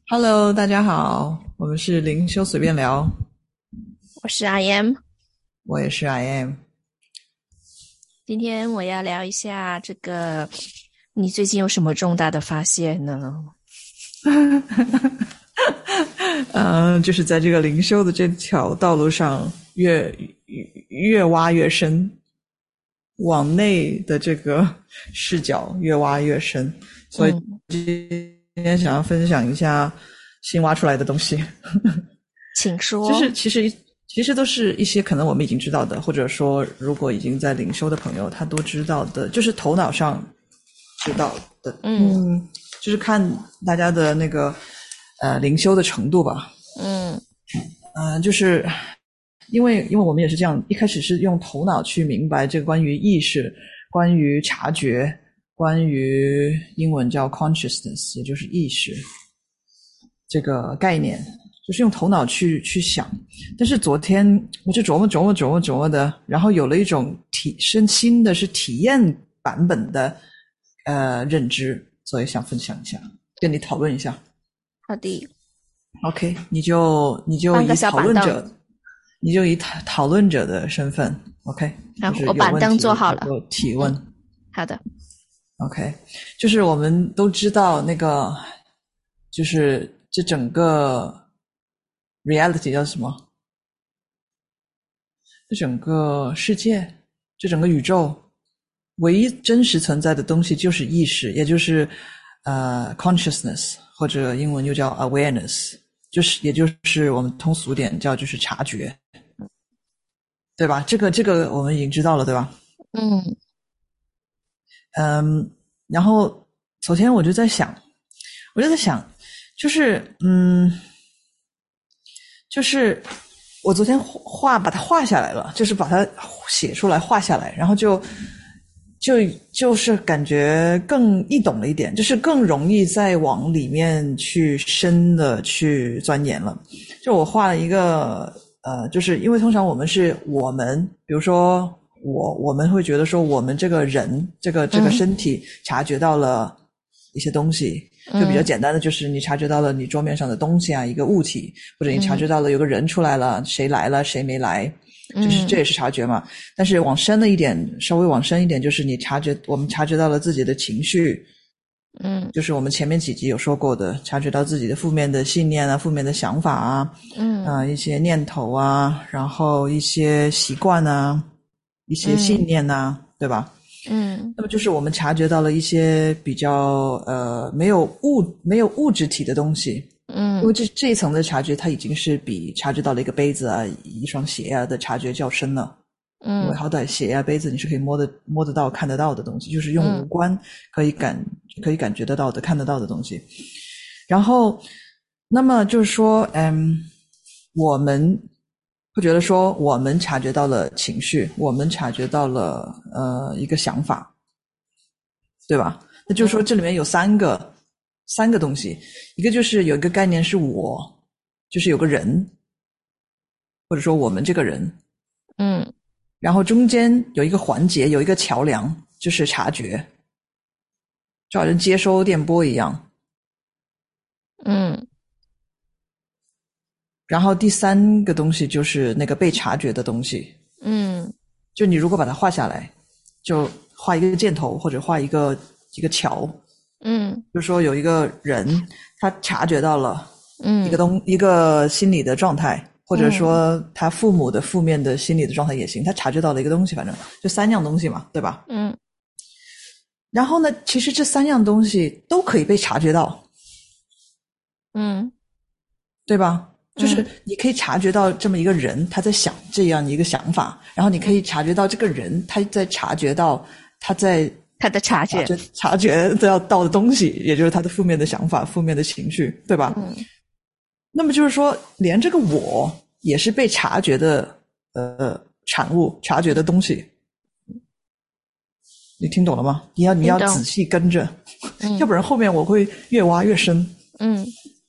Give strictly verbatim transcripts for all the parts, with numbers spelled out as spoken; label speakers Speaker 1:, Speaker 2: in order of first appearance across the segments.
Speaker 1: Hello，大家好，我们是灵修随便聊，
Speaker 2: 我是 I M，
Speaker 1: 我也是 I am。
Speaker 2: 今天我要聊一下这个，你最近有什么重大的发现呢？
Speaker 1: 嗯，就是在这个灵修的这条道路上越越挖越深，往内的这个视角越挖越深，所以
Speaker 2: 嗯，
Speaker 1: 今天想要分享一下新挖出来的东西。
Speaker 2: 请
Speaker 1: 就是
Speaker 2: 说。
Speaker 1: 其实其实都是一些可能我们已经知道的，或者说如果已经在灵修的朋友他都知道的，就是头脑上知道的。
Speaker 2: 嗯
Speaker 1: 嗯，就是看大家的那个呃灵修的程度吧。
Speaker 2: 嗯
Speaker 1: 嗯、呃，就是因为因为我们也是这样，一开始是用头脑去明白这个关于意识、关于察觉、关于英文叫 consciousness，也就是意识这个概念，就是用头脑去去想。但是昨天我就琢磨琢磨琢磨琢磨的，然后有了一种体身心的是体验版本的呃认知，所以想分享一下，跟你讨论一下。
Speaker 2: 好的，
Speaker 1: OK，你就你就以
Speaker 2: 搬个小板凳。
Speaker 1: 讨论者，你就以讨讨论者的身份，OK，就
Speaker 2: 好，
Speaker 1: 是
Speaker 2: 我板凳
Speaker 1: 有问题
Speaker 2: 坐好了。
Speaker 1: 你就提问。
Speaker 2: 嗯，好的。
Speaker 1: OK，就是我们都知道那个，就是这整个 reality 叫什么？这整个世界，这整个宇宙，唯一真实存在的东西就是意识，也就是呃 consciousness，或者英文又叫 awareness，就是也就是我们通俗点叫就是察觉，对吧？这个这个我们已经知道了，对吧？
Speaker 2: 嗯
Speaker 1: 嗯，然后昨天我就在想，我就在想，就是嗯，就是我昨天画把它画下来了，就是把它写出来画下来，然后就就就是感觉更易懂了一点，就是更容易再往里面去深的去钻研了。就我画了一个呃，就是因为通常我们是我们，比如说我我们会觉得说我们这个人这个这个
Speaker 2: 嗯
Speaker 1: 身体察觉到了一些东西，就比较
Speaker 2: 嗯
Speaker 1: 简单的就是你察觉到了你桌面上的东西啊，一个物体，或者你察觉
Speaker 2: 嗯
Speaker 1: 到了有个人出来了，谁来了谁没来，就是这
Speaker 2: 嗯
Speaker 1: 也是察觉嘛。但是往深了一点，稍微往深一点，就是你察觉我们察觉到了自己的情绪，
Speaker 2: 嗯
Speaker 1: 就是我们前面几集有说过的，察觉到自己的负面的信念啊、负面的想法啊、
Speaker 2: 嗯
Speaker 1: 啊、呃、一些念头啊，然后一些习惯啊、一些信
Speaker 2: 嗯
Speaker 1: 念啊，对吧？
Speaker 2: 嗯
Speaker 1: 那么就是我们察觉到了一些比较呃没有物没有物质体的东西，因为
Speaker 2: 嗯
Speaker 1: 这这一层的察觉，它已经是比察觉到了一个杯子啊、一双鞋啊的察觉较深了。因为
Speaker 2: 嗯
Speaker 1: 好歹鞋啊、杯子你是可以摸得摸得到、看得到的东西，就是用五
Speaker 2: 嗯
Speaker 1: 官可以感可以感觉得到的、看得到的东西。然后，那么就是说，嗯，我们会觉得说，我们察觉到了情绪，我们察觉到了呃一个想法，对吧？那就是说，这里面有三个三个东西，一个就是有一个概念是我，就是有个人，或者说我们这个人，
Speaker 2: 嗯
Speaker 1: 然后中间有一个环节，有一个桥梁，就是察觉，就好像接收电波一样。
Speaker 2: 嗯
Speaker 1: 然后第三个东西就是那个被察觉的东西，
Speaker 2: 嗯
Speaker 1: 就你如果把它画下来，就画一个箭头或者画一个一个桥，
Speaker 2: 嗯
Speaker 1: 就说有一个人他察觉到了一个
Speaker 2: 嗯
Speaker 1: 东一个心理的状态，或者
Speaker 2: 嗯
Speaker 1: 说他父母的负面的心理的状态也行，他察觉到了一个东西，反正就三样东西嘛，对吧？
Speaker 2: 嗯
Speaker 1: 然后呢，其实这三样东西都可以被察觉到，
Speaker 2: 嗯
Speaker 1: 对吧？就是
Speaker 2: 嗯
Speaker 1: 你可以察觉到这么一个人他在想这样一个想法，然后你可以察觉到这个人他在察觉到他在
Speaker 2: 他的察觉。
Speaker 1: 察觉察觉到到的东西，也就是他的负面的想法、负面的情绪，对吧？
Speaker 2: 嗯
Speaker 1: 那么就是说，连这个我也是被察觉的呃产物，察觉的东西。你听懂了吗？你要你要仔
Speaker 2: 听懂。
Speaker 1: 细跟着，要
Speaker 2: 嗯
Speaker 1: 不然后面我会越挖越深。
Speaker 2: 嗯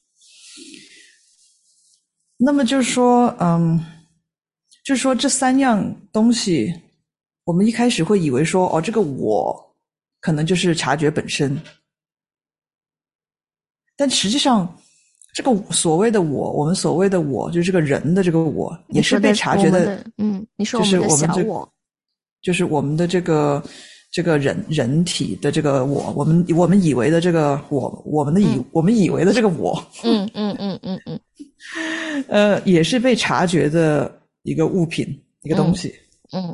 Speaker 1: 那么就是说，嗯，就是说这三样东西，我们一开始会以为说，哦，这个我可能就是察觉本身，但实际上， 这个所谓的我，我们所谓的我，就是这个人的这个我，也是被察觉
Speaker 2: 的,
Speaker 1: 的。
Speaker 2: 嗯，你说
Speaker 1: 我们
Speaker 2: 的小我，
Speaker 1: 就是我们的这个这个人人体的这个我，我们我们以为的这个我，我们的以、嗯、我们以为的这个我，
Speaker 2: 嗯嗯嗯嗯嗯，
Speaker 1: 呃，也是被察觉的一个物品，一个东西。
Speaker 2: 嗯。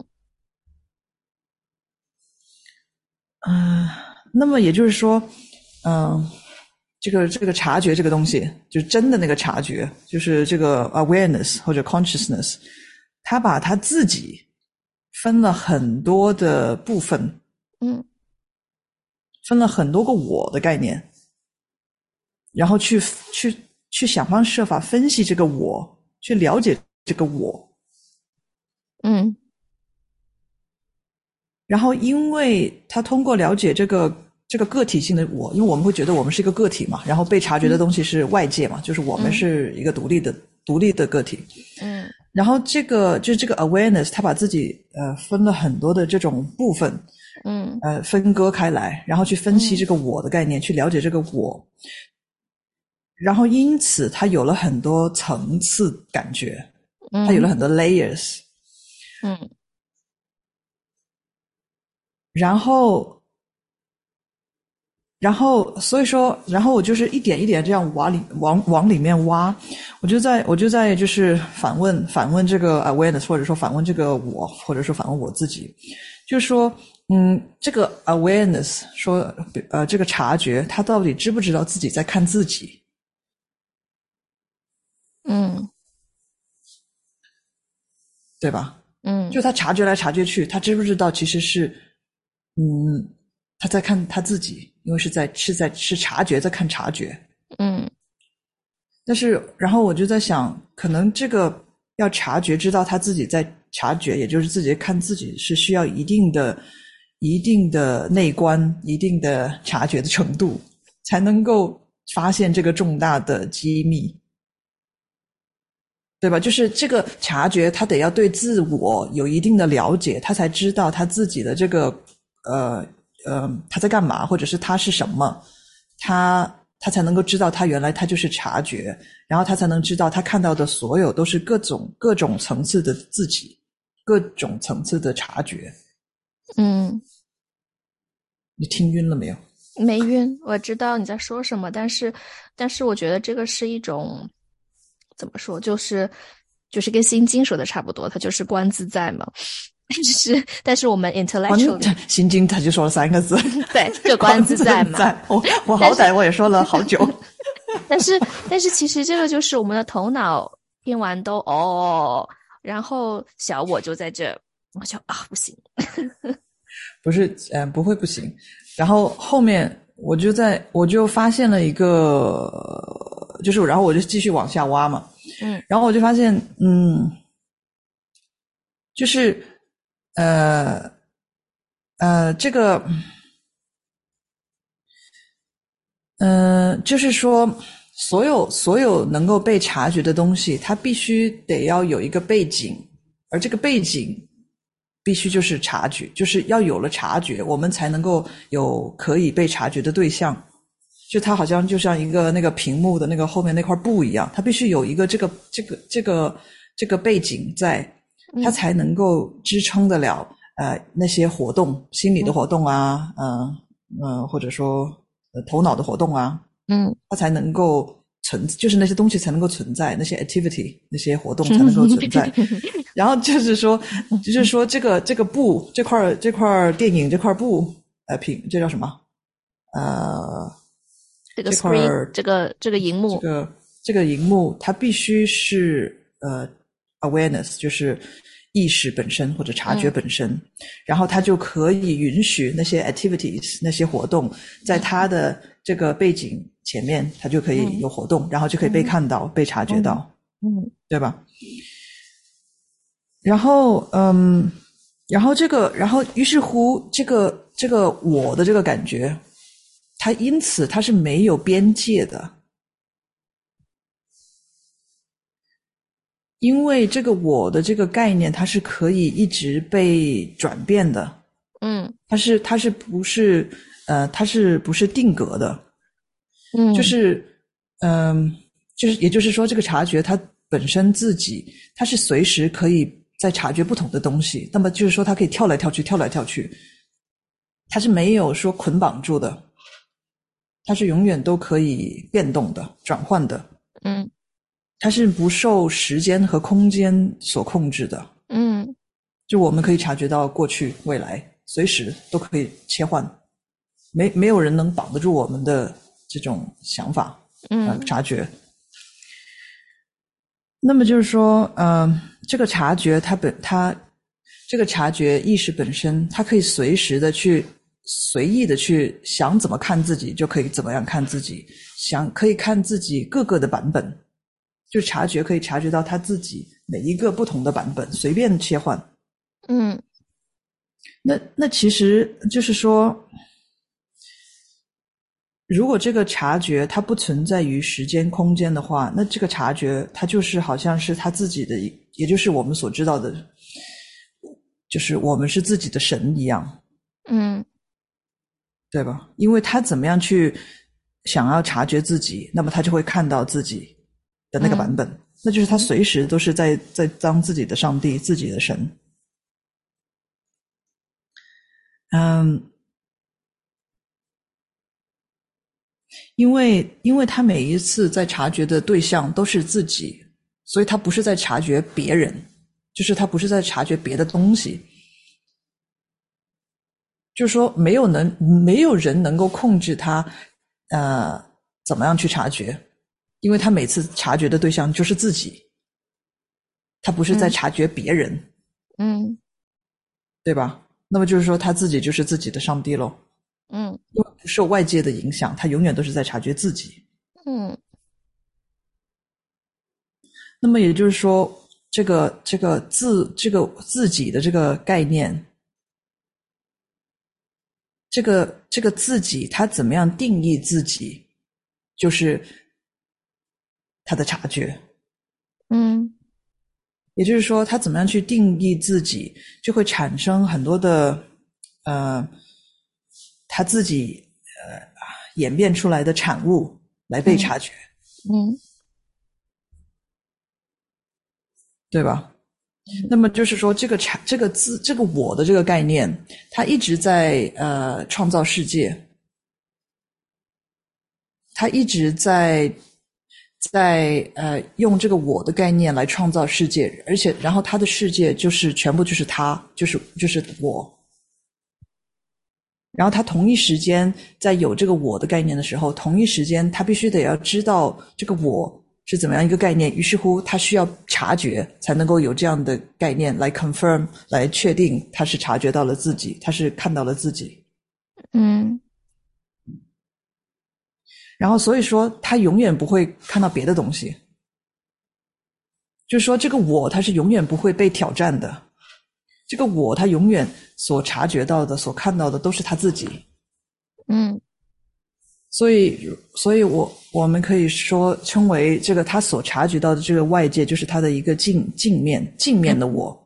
Speaker 1: 嗯、呃，那么也就是说，嗯、呃。这个这个察觉这个东西，就是真的那个察觉，就是这个 awareness 或者 consciousness， 它把它自己分了很多的部分，
Speaker 2: 嗯，
Speaker 1: 分了很多个我的概念，然后去去去想方设法分析这个我，去了解这个我，
Speaker 2: 嗯，
Speaker 1: 然后因为他通过了解这个。这个个体性的我，因为我们会觉得我们是一个个体嘛，然后被察觉的东西是外界嘛，嗯、就是我们是一个独立的、嗯、独立的个体。
Speaker 2: 嗯，
Speaker 1: 然后这个就是这个 awareness， 它把自己呃分了很多的这种部分，
Speaker 2: 嗯，
Speaker 1: 呃分割开来，然后去分析这个我的概念，嗯、去了解这个我，然后因此它有了很多层次感觉，它有了很多 layers，
Speaker 2: 嗯，
Speaker 1: 然后。然后，所以说，然后我就是一点一点这样往里往往里面挖，我就在我就在就是反问反问这个 awareness， 或者说反问这个我，或者说反问我自己，就是说，嗯，这个 awareness 说呃这个察觉，他到底知不知道自己在看自己？
Speaker 2: 嗯，
Speaker 1: 对吧？
Speaker 2: 嗯，
Speaker 1: 就他察觉来察觉去，他知不知道其实是嗯他在看他自己，因为是在是在是察觉在看察觉。
Speaker 2: 嗯，
Speaker 1: 但是然后我就在想，可能这个要察觉知道他自己在察觉，也就是自己看自己，是需要一定的一定的内观，一定的察觉的程度，才能够发现这个重大的机密，对吧？就是这个察觉他得要对自我有一定的了解，他才知道他自己的这个呃呃他在干嘛，或者是他是什么，他他才能够知道他原来他就是察觉，然后他才能知道他看到的所有都是各种各种层次的自己，各种层次的察觉。
Speaker 2: 嗯，
Speaker 1: 你听晕了没有？
Speaker 2: 没晕，我知道你在说什么，但是但是我觉得这个是一种怎么说，就是就是跟心经说的差不多，它就是观自在嘛。但是但是我们 intellectually
Speaker 1: 心经他就说了三个字，
Speaker 2: 对，就观自在嘛。
Speaker 1: 我我好歹我也说了好久。
Speaker 2: 但是但是其实这个就是我们的头脑听完都哦，然后小我就在这，我就啊不行。
Speaker 1: 不是，嗯、呃，不会不行。然后后面我就在我就发现了一个，就是然后我就继续往下挖嘛，
Speaker 2: 嗯，
Speaker 1: 然后我就发现，嗯，就是呃呃这个。嗯、呃，就是说，所有所有能够被察觉的东西，它必须得要有一个背景，而这个背景必须就是察觉，就是要有了察觉，我们才能够有可以被察觉的对象。就它好像就像一个那个屏幕的那个后面那块布一样，它必须有一个这个这个这个这个背景在，它才能够支撑得了呃那些活动，心理的活动啊，嗯、呃、嗯、呃，或者说。呃，头脑的活动啊，
Speaker 2: 嗯，
Speaker 1: 它才能够存，就是那些东西才能够存在，那些 activity， 那些活动才能够存在。然后就是说，就是说这个这个布这块这块电影这块布，呃，屏这叫什么？呃，
Speaker 2: 这个 screen 这个这个荧幕，
Speaker 1: 这个这个荧幕它必须是呃 awareness， 就是意识本身或者察觉本身，嗯、然后它就可以允许那些 activities 那些活动在它的这个背景前面，它就可以有活动，嗯、然后就可以被看到、嗯、被察觉到，
Speaker 2: 嗯，
Speaker 1: 对吧？然后嗯，然后这个，然后于是乎这个这个我的这个感觉，它因此它是没有边界的。因为这个我的这个概念，它是可以一直被转变的，
Speaker 2: 嗯，
Speaker 1: 它是它是不是呃它是不是定格的？
Speaker 2: 嗯，
Speaker 1: 就是嗯、呃， 就是也就是说这个察觉它本身自己它是随时可以在察觉不同的东西，那么就是说它可以跳来跳去跳来跳去，它是没有说捆绑住的，它是永远都可以变动的转换的。
Speaker 2: 嗯，
Speaker 1: 它是不受时间和空间所控制的。
Speaker 2: 嗯，
Speaker 1: 就我们可以察觉到过去未来随时都可以切换，没没有人能绑得住我们的这种想法，
Speaker 2: 嗯、
Speaker 1: 呃、察觉。那么就是说呃，这个察觉它本它这个察觉意识本身，它可以随时的去随意的去想怎么看自己就可以怎么样看自己，想可以看自己各个的版本，就察觉可以察觉到他自己每一个不同的版本，随便切换。
Speaker 2: 嗯，
Speaker 1: 那那其实就是说，如果这个察觉它不存在于时间空间的话，那这个察觉它就是好像是他自己的，也就是我们所知道的，就是我们是自己的神一样，
Speaker 2: 嗯，
Speaker 1: 对吧？因为他怎么样去想要察觉自己，那么他就会看到自己的那个版本，
Speaker 2: 嗯，
Speaker 1: 那就是他随时都是在在当自己的上帝，自己的神。嗯，因为因为他每一次在察觉的对象都是自己，所以他不是在察觉别人，就是他不是在察觉别的东西。就是说没有能没有人能够控制他呃怎么样去察觉，因为他每次察觉的对象就是自己，他不是在察觉别人。
Speaker 2: 嗯，
Speaker 1: 对吧？那么就是说他自己就是自己的上帝咯。
Speaker 2: 嗯，
Speaker 1: 因为不受外界的影响，他永远都是在察觉自己。
Speaker 2: 嗯，
Speaker 1: 那么也就是说，这个这个自这个自己的这个概念，这个这个自己他怎么样定义自己，就是他的察觉。
Speaker 2: 嗯，
Speaker 1: 也就是说，他怎么样去定义自己，就会产生很多的呃他自己呃演变出来的产物来被察觉。
Speaker 2: 嗯，
Speaker 1: 对吧？那么就是说，这个产这个字这个我的这个概念，它一直在呃创造世界，它一直在在呃用这个我的概念来创造世界，而且然后它的世界就是全部就是它，就是就是我。然后他同一时间在有这个我的概念的时候，同一时间他必须得要知道这个我是怎么样一个概念，于是乎他需要察觉才能够有这样的概念来 confirm 来确定他是察觉到了自己，他是看到了自己。
Speaker 2: 嗯，
Speaker 1: 然后所以说他永远不会看到别的东西，就是说这个我他是永远不会被挑战的，这个我他永远所察觉到的所看到的都是他自己。
Speaker 2: 嗯，
Speaker 1: 所以，所以我我们可以说称为这个他所察觉到的这个外界，就是他的一个镜镜面镜面的我。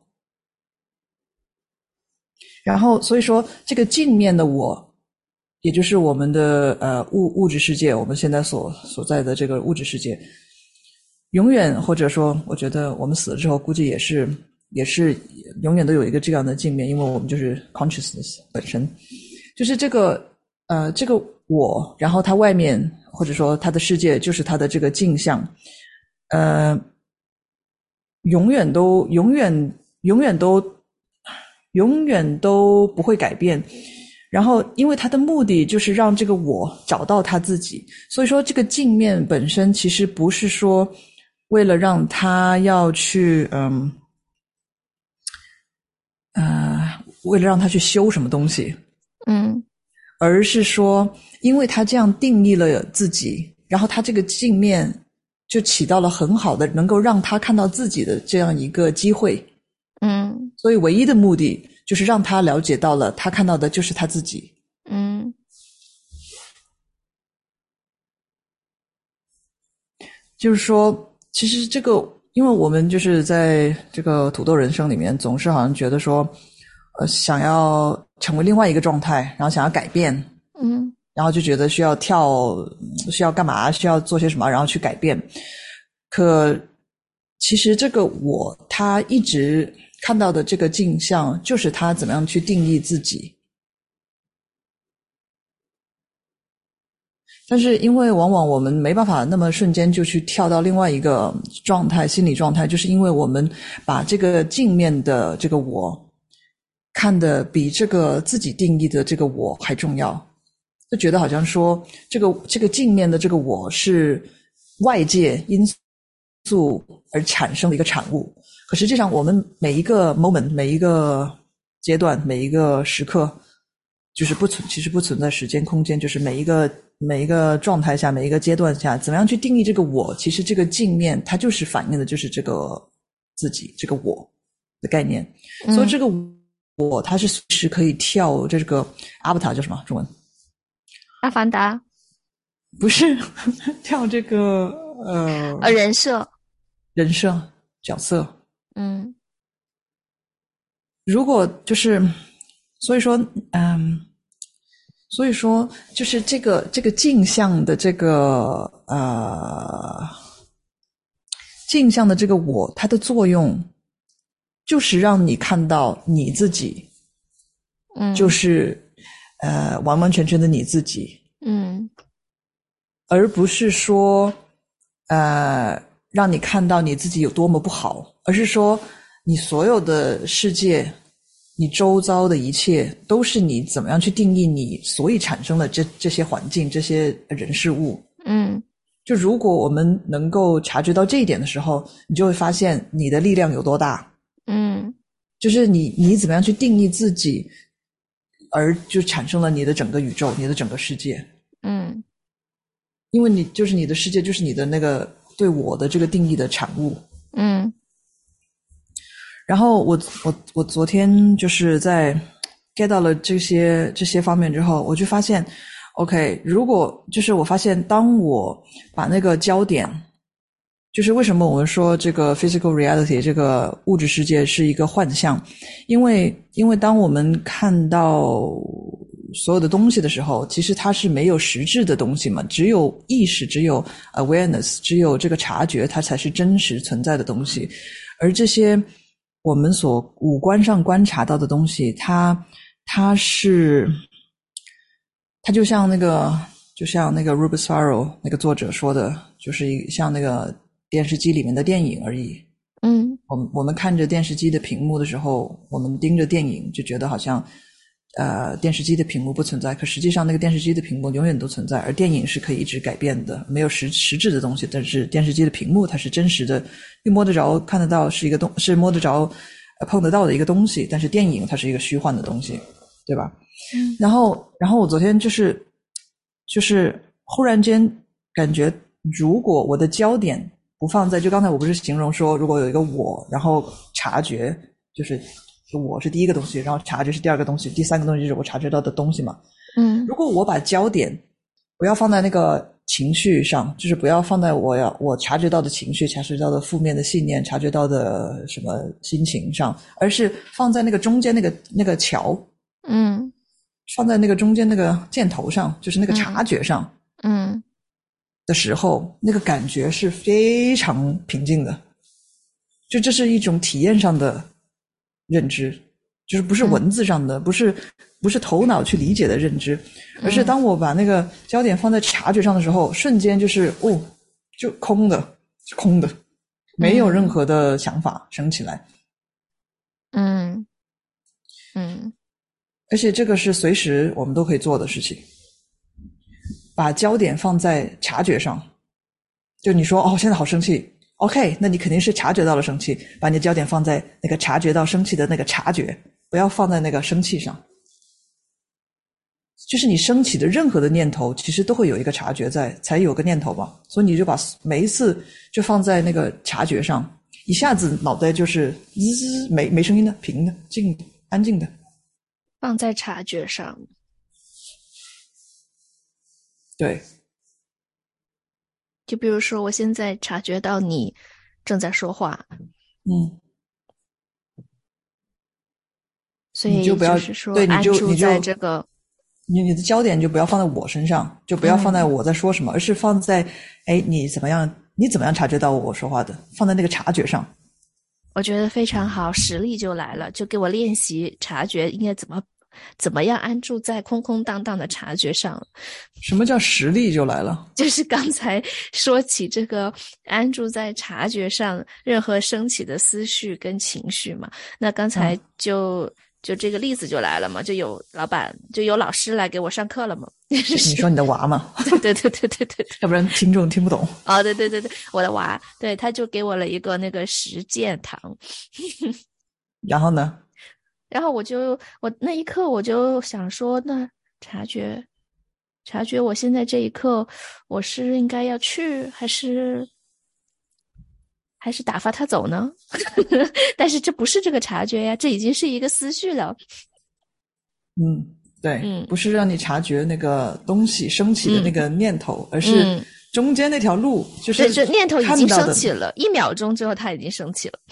Speaker 1: 然后，所以说这个镜面的我，也就是我们的呃物物质世界，我们现在所所在的这个物质世界，永远或者说，我觉得我们死了之后，估计也是也是永远都有一个这样的镜面，因为我们就是 consciousness 本身，就是这个呃这个我，然后它外面或者说它的世界就是它的这个镜像，呃，永远都永远永远都永远都不会改变。然后因为它的目的就是让这个我找到他自己，所以说这个镜面本身其实不是说为了让他要去嗯呃为了让他去修什么东西，
Speaker 2: 嗯，
Speaker 1: 而是说因为他这样定义了自己，然后他这个镜面就起到了很好的能够让他看到自己的这样一个机会。
Speaker 2: 嗯，
Speaker 1: 所以唯一的目的就是让他了解到了他看到的就是他自己。
Speaker 2: 嗯，
Speaker 1: 就是说其实这个因为我们就是在这个土豆人生里面总是好像觉得说呃，想要成为另外一个状态，然后想要改变，
Speaker 2: 嗯，
Speaker 1: 然后就觉得需要跳，需要干嘛，需要做些什么，然后去改变。可其实这个我他一直看到的这个镜像，就是他怎么样去定义自己。但是因为往往我们没办法那么瞬间就去跳到另外一个状态，心理状态，就是因为我们把这个镜面的这个我看得比这个自己定义的这个我还重要，就觉得好像说这个这个镜面的这个我是外界因素而产生的一个产物。可实际上我们每一个 moment 每一个阶段每一个时刻就是不存其实不存在时间空间，就是每一个每一个状态下每一个阶段下怎么样去定义这个我，其实这个镜面它就是反映的就是这个自己这个我的概念、嗯、所以这个我它是随时可以跳这个 avatar 叫什么中文？
Speaker 2: 阿凡达？
Speaker 1: 不是跳这个呃
Speaker 2: 呃人设
Speaker 1: 人设角色。
Speaker 2: 嗯，
Speaker 1: 如果就是所以说嗯所以说就是这个这个镜像的这个呃镜像的这个我，它的作用就是让你看到你自己，
Speaker 2: 嗯，
Speaker 1: 就是呃完完全全的你自己，
Speaker 2: 嗯，
Speaker 1: 而不是说呃让你看到你自己有多么不好，而是说你所有的世界你周遭的一切都是你怎么样去定义你所以产生的这这些环境这些人事物。
Speaker 2: 嗯，
Speaker 1: 就如果我们能够察觉到这一点的时候，你就会发现你的力量有多大。
Speaker 2: 嗯，
Speaker 1: 就是你你怎么样去定义自己，而就产生了你的整个宇宙你的整个世界。
Speaker 2: 嗯，
Speaker 1: 因为你就是你的世界就是你的那个对我的这个定义的产物。
Speaker 2: 嗯，
Speaker 1: 然后我我我昨天就是在 get 到了这些这些方面之后，我就发现 OK， 如果就是我发现当我把那个焦点，就是为什么我们说这个 physical reality 这个物质世界是一个幻象，因为因为当我们看到所有的东西的时候，其实它是没有实质的东西嘛，只有意识只有 awareness 只有这个察觉，它才是真实存在的东西。而这些我们所五官上观察到的东西，它它是它就像那个就像那个 Ruben Sparrow 那个作者说的，就是一像那个电视机里面的电影而已。
Speaker 2: 嗯，
Speaker 1: 我们我们看着电视机的屏幕的时候，我们盯着电影就觉得好像呃电视机的屏幕不存在，可实际上那个电视机的屏幕永远都存在，而电影是可以一直改变的，没有实实质的东西，但是电视机的屏幕它是真实的，又摸得着看得到，是一个东是摸得着碰得到的一个东西，但是电影它是一个虚幻的东西，对吧？
Speaker 2: 嗯，
Speaker 1: 然后然后我昨天就是就是忽然间感觉，如果我的焦点不放在，就刚才我不是形容说如果有一个我，然后察觉就是我是第一个东西，然后察觉是第二个东西，第三个东西就是我察觉到的东西嘛。
Speaker 2: 嗯，
Speaker 1: 如果我把焦点不要放在那个情绪上，就是不要放在我要我察觉到的情绪，察觉到的负面的信念，察觉到的什么心情上，而是放在那个中间那个那个桥，
Speaker 2: 嗯，
Speaker 1: 放在那个中间那个箭头上，就是那个察觉上，
Speaker 2: 嗯
Speaker 1: 的时候，那个感觉是非常平静的，就这是一种体验上的认知，就是不是文字上的，嗯、不是不是头脑去理解的认知，而是当我把那个焦点放在察觉上的时候，瞬间就是哦，就空的，空的，没有任何的想法升起来。
Speaker 2: 嗯嗯，
Speaker 1: 而且这个是随时我们都可以做的事情。把焦点放在察觉上，就你说哦现在好生气 OK， 那你肯定是察觉到了生气，把你的焦点放在那个察觉到生气的那个察觉，不要放在那个生气上。就是你升起的任何的念头其实都会有一个察觉在，才有个念头嘛，所以你就把每一次就放在那个察觉上，一下子脑袋就是滋没没声音的，平的，静的，安静的，
Speaker 2: 放在察觉上。
Speaker 1: 对，
Speaker 2: 就比如说我现在察觉到你正在说话，
Speaker 1: 嗯，
Speaker 2: 所以就是说
Speaker 1: 对，你就
Speaker 2: 安住在这个
Speaker 1: 你你的焦点就不要放在我身上，就不要放在我在说什么，嗯、而是放在哎你怎么样，你怎么样察觉到我说话的，放在那个察觉上。
Speaker 2: 我觉得非常好，实力就来了，就给我练习察觉应该怎么怎么样安住在空空荡荡的察觉上。
Speaker 1: 什么叫实力就来了？
Speaker 2: 就是刚才说起这个安住在察觉上任何升起的思绪跟情绪嘛，那刚才就、嗯、就这个例子就来了嘛，就有老板就有老师来给我上课了嘛。
Speaker 1: 你说你的娃嘛？
Speaker 2: 对对对对对，
Speaker 1: 要不然听众听不懂。
Speaker 2: 哦，对对对对，我的娃，对，他就给我了一个那个实践堂。
Speaker 1: 然后呢？
Speaker 2: 然后我就我那一刻我就想说，那察觉察觉我现在这一刻我是应该要去还是还是打发他走呢？但是这不是这个察觉呀，这已经是一个思绪了。
Speaker 1: 嗯，对，
Speaker 2: 嗯，
Speaker 1: 不是让你察觉那个东西升起的那个念头，嗯、而是中间那条路，嗯、就是
Speaker 2: 这念头已经升起了，一秒钟之后它已经升起了。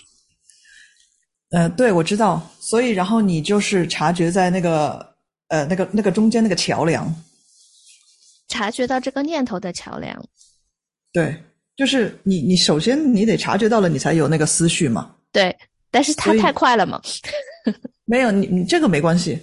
Speaker 1: 呃，对，我知道，所以然后你就是察觉在那个呃那个那个中间那个桥梁，
Speaker 2: 察觉到这个念头的桥梁。
Speaker 1: 对，就是你你首先你得察觉到了，你才有那个思绪嘛。
Speaker 2: 对，但是它太快了嘛。
Speaker 1: 没有，你你这个没关系，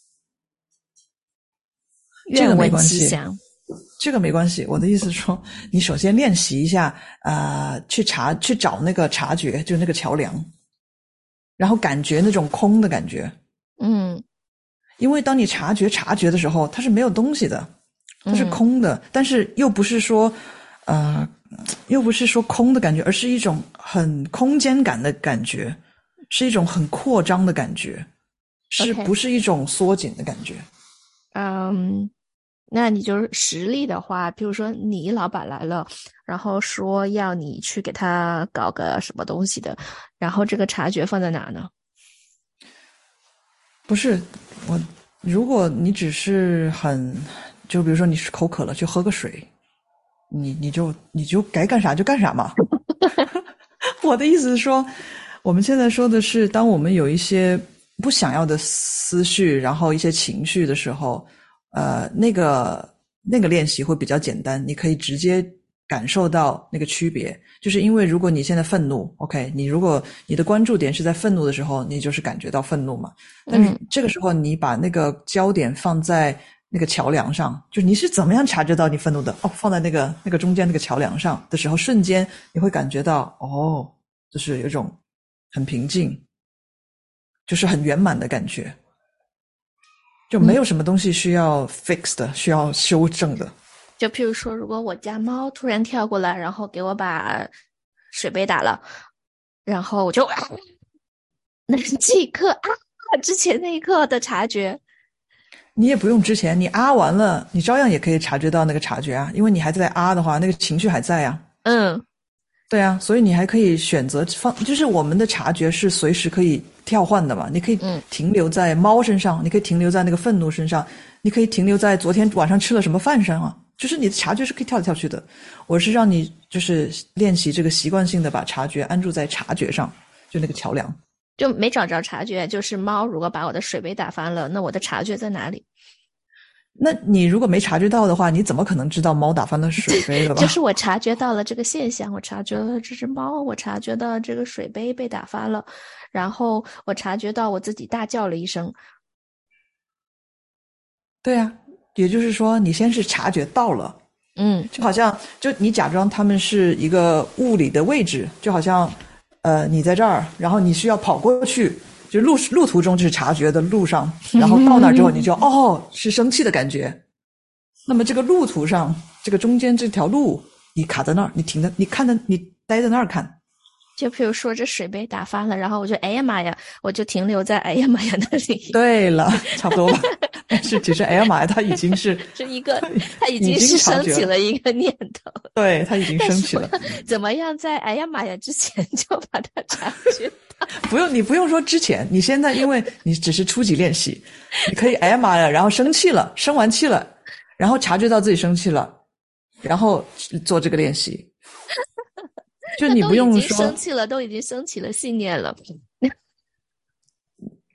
Speaker 2: 这个没关系，
Speaker 1: 这个没关系。我的意思是说，你首先练习一下，呃，去查去找那个察觉，就是那个桥梁。然后感觉那种空的感觉，
Speaker 2: 嗯，
Speaker 1: 因为当你察觉察觉的时候，它是没有东西的，它是空的，嗯、但是又不是说，呃，又不是说空的感觉，而是一种很空间感的感觉，是一种很扩张的感觉，是不是一种缩紧的感觉？
Speaker 2: 嗯，那你就是实力的话，比如说你老板来了，然后说要你去给他搞个什么东西的，然后这个察觉放在哪呢？
Speaker 1: 不是我，如果你只是很，就比如说你是口渴了，去喝个水，你你就你就该干啥就干啥嘛。我的意思是说，我们现在说的是，当我们有一些不想要的思绪，然后一些情绪的时候，呃，那个那个练习会比较简单，你可以直接感受到那个区别。就是因为如果你现在愤怒 ，OK， 你如果你的关注点是在愤怒的时候，你就是感觉到愤怒嘛。但是这个时候你把那个焦点放在那个桥梁上，就是你是怎么样察觉到你愤怒的？哦，放在那个那个中间那个桥梁上的时候，瞬间你会感觉到，哦，就是有一种很平静，就是很圆满的感觉，就没有什么东西需要 fix 的，需要修正的。
Speaker 2: 就譬如说，如果我家猫突然跳过来，然后给我把水杯打了，然后我就啊，那这一刻啊，之前那一刻的察觉，
Speaker 1: 你也不用之前，你啊完了，你照样也可以察觉到那个察觉啊，因为你还在啊的话，那个情绪还在啊。
Speaker 2: 嗯，
Speaker 1: 对啊，所以你还可以选择放，就是我们的察觉是随时可以跳换的嘛，你可以停留在猫身上，你可以停留在那个愤怒身上，你可以停留在昨天晚上吃了什么饭上啊。就是你的察觉是可以跳来跳去的，我是让你就是练习这个习惯性的把察觉安住在察觉上，就那个桥梁。
Speaker 2: 就没找着察觉，就是猫如果把我的水杯打翻了，那我的察觉在哪里？
Speaker 1: 那你如果没察觉到的话，你怎么可能知道猫打翻了水杯了吧？
Speaker 2: 就是我察觉到了这个现象，我察觉了这只猫，我察觉到这个水杯被打翻了，然后我察觉到我自己大叫了一声。
Speaker 1: 对啊，也就是说你先是察觉到了，
Speaker 2: 嗯，
Speaker 1: 就好像就你假装他们是一个物理的位置，就好像呃你在这儿，然后你需要跑过去，就路路途中就是察觉的路上，然后到那之后你就哦是生气的感觉。那么这个路途上，这个中间这条路，你卡在那儿，你停在，你看的，你待在那儿看。
Speaker 2: 就比如说这水杯打翻了，然后我就哎呀妈呀，我就停留在哎呀妈呀那里。
Speaker 1: 对了，差不多吧。但是其实哎呀妈呀，它已经是
Speaker 2: 是一个，它已经是升起了一个念头。
Speaker 1: 对，它已经升起了。
Speaker 2: 怎么样在哎呀妈呀之前就把它察觉到？
Speaker 1: 不用，你不用说之前，你现在因为你只是初级练习，你可以哎呀妈呀，然后生气了，生完气了，然后察觉到自己生气了，然后做这个练习。就你不用说
Speaker 2: 生气了，都已经升起了信念了。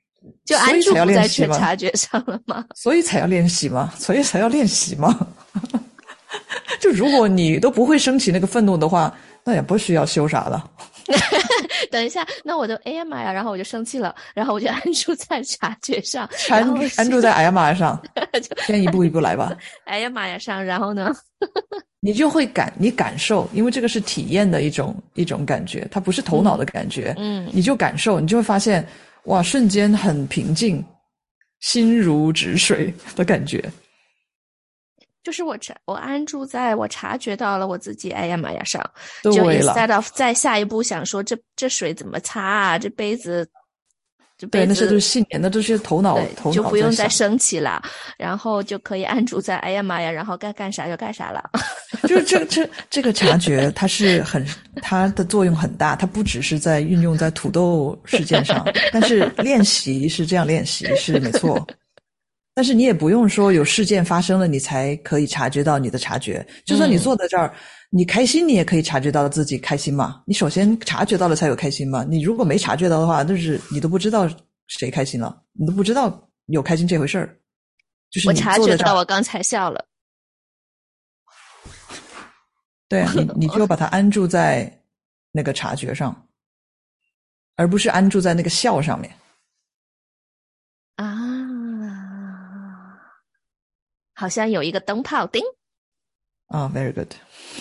Speaker 2: 就安住不在觉察觉上了吗？
Speaker 1: 所以才要练习嘛，所以才要练习嘛。就如果你都不会升起那个愤怒的话，那也不需要修啥了。
Speaker 2: 等一下，那我就哎呀妈呀，然后我就生气了，然后我就安住在察觉上，
Speaker 1: 安安住在哎呀妈呀上，先一步一步来吧。
Speaker 2: 哎呀妈呀上，然后呢？
Speaker 1: 你就会感你感受，因为这个是体验的一种一种感觉，它不是头脑的感觉。
Speaker 2: 嗯，
Speaker 1: 你就感受，你就会发现，哇，瞬间很平静，心如止水的感觉。
Speaker 2: 就是我察我安住在我察觉到了我自己哎呀妈呀上，
Speaker 1: 就
Speaker 2: instead of 再下一步想说这这水怎么擦啊，这杯子这杯子
Speaker 1: 对，那些都是信念，那都是头脑头脑
Speaker 2: 就不用再生气了，然后就可以安住在哎呀妈呀，然后该干啥就干啥了。
Speaker 1: 就是这这这个察觉，它是很它的作用很大，它不只是在运用在土豆事件上，但是练习是这样练习是没错。但是你也不用说有事件发生了你才可以察觉到你的察觉，就算你坐在这儿、嗯、你开心你也可以察觉到自己开心嘛，你首先察觉到了才有开心嘛，你如果没察觉到的话，就是你都不知道谁开心了，你都不知道有开心这回事儿。就是你
Speaker 2: 我察觉到我刚才笑了。
Speaker 1: 对啊，你你就把它安住在那个察觉上，而不是安住在那个笑上面
Speaker 2: 啊。好像有一个灯泡叮
Speaker 1: 啊、oh, very good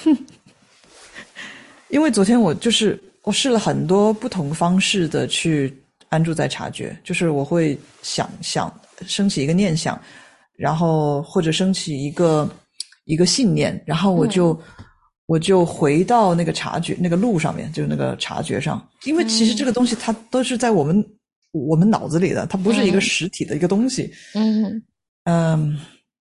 Speaker 1: 因为昨天我就是我试了很多不同方式的去安住在察觉，就是我会想想升起一个念想，然后或者升起一个一个信念，然后我就、嗯、我就回到那个察觉那个路上面，就是那个察觉上，因为其实这个东西它都是在我们、嗯、我们脑子里的，它不是一个实体的一个东西。
Speaker 2: 嗯
Speaker 1: 嗯，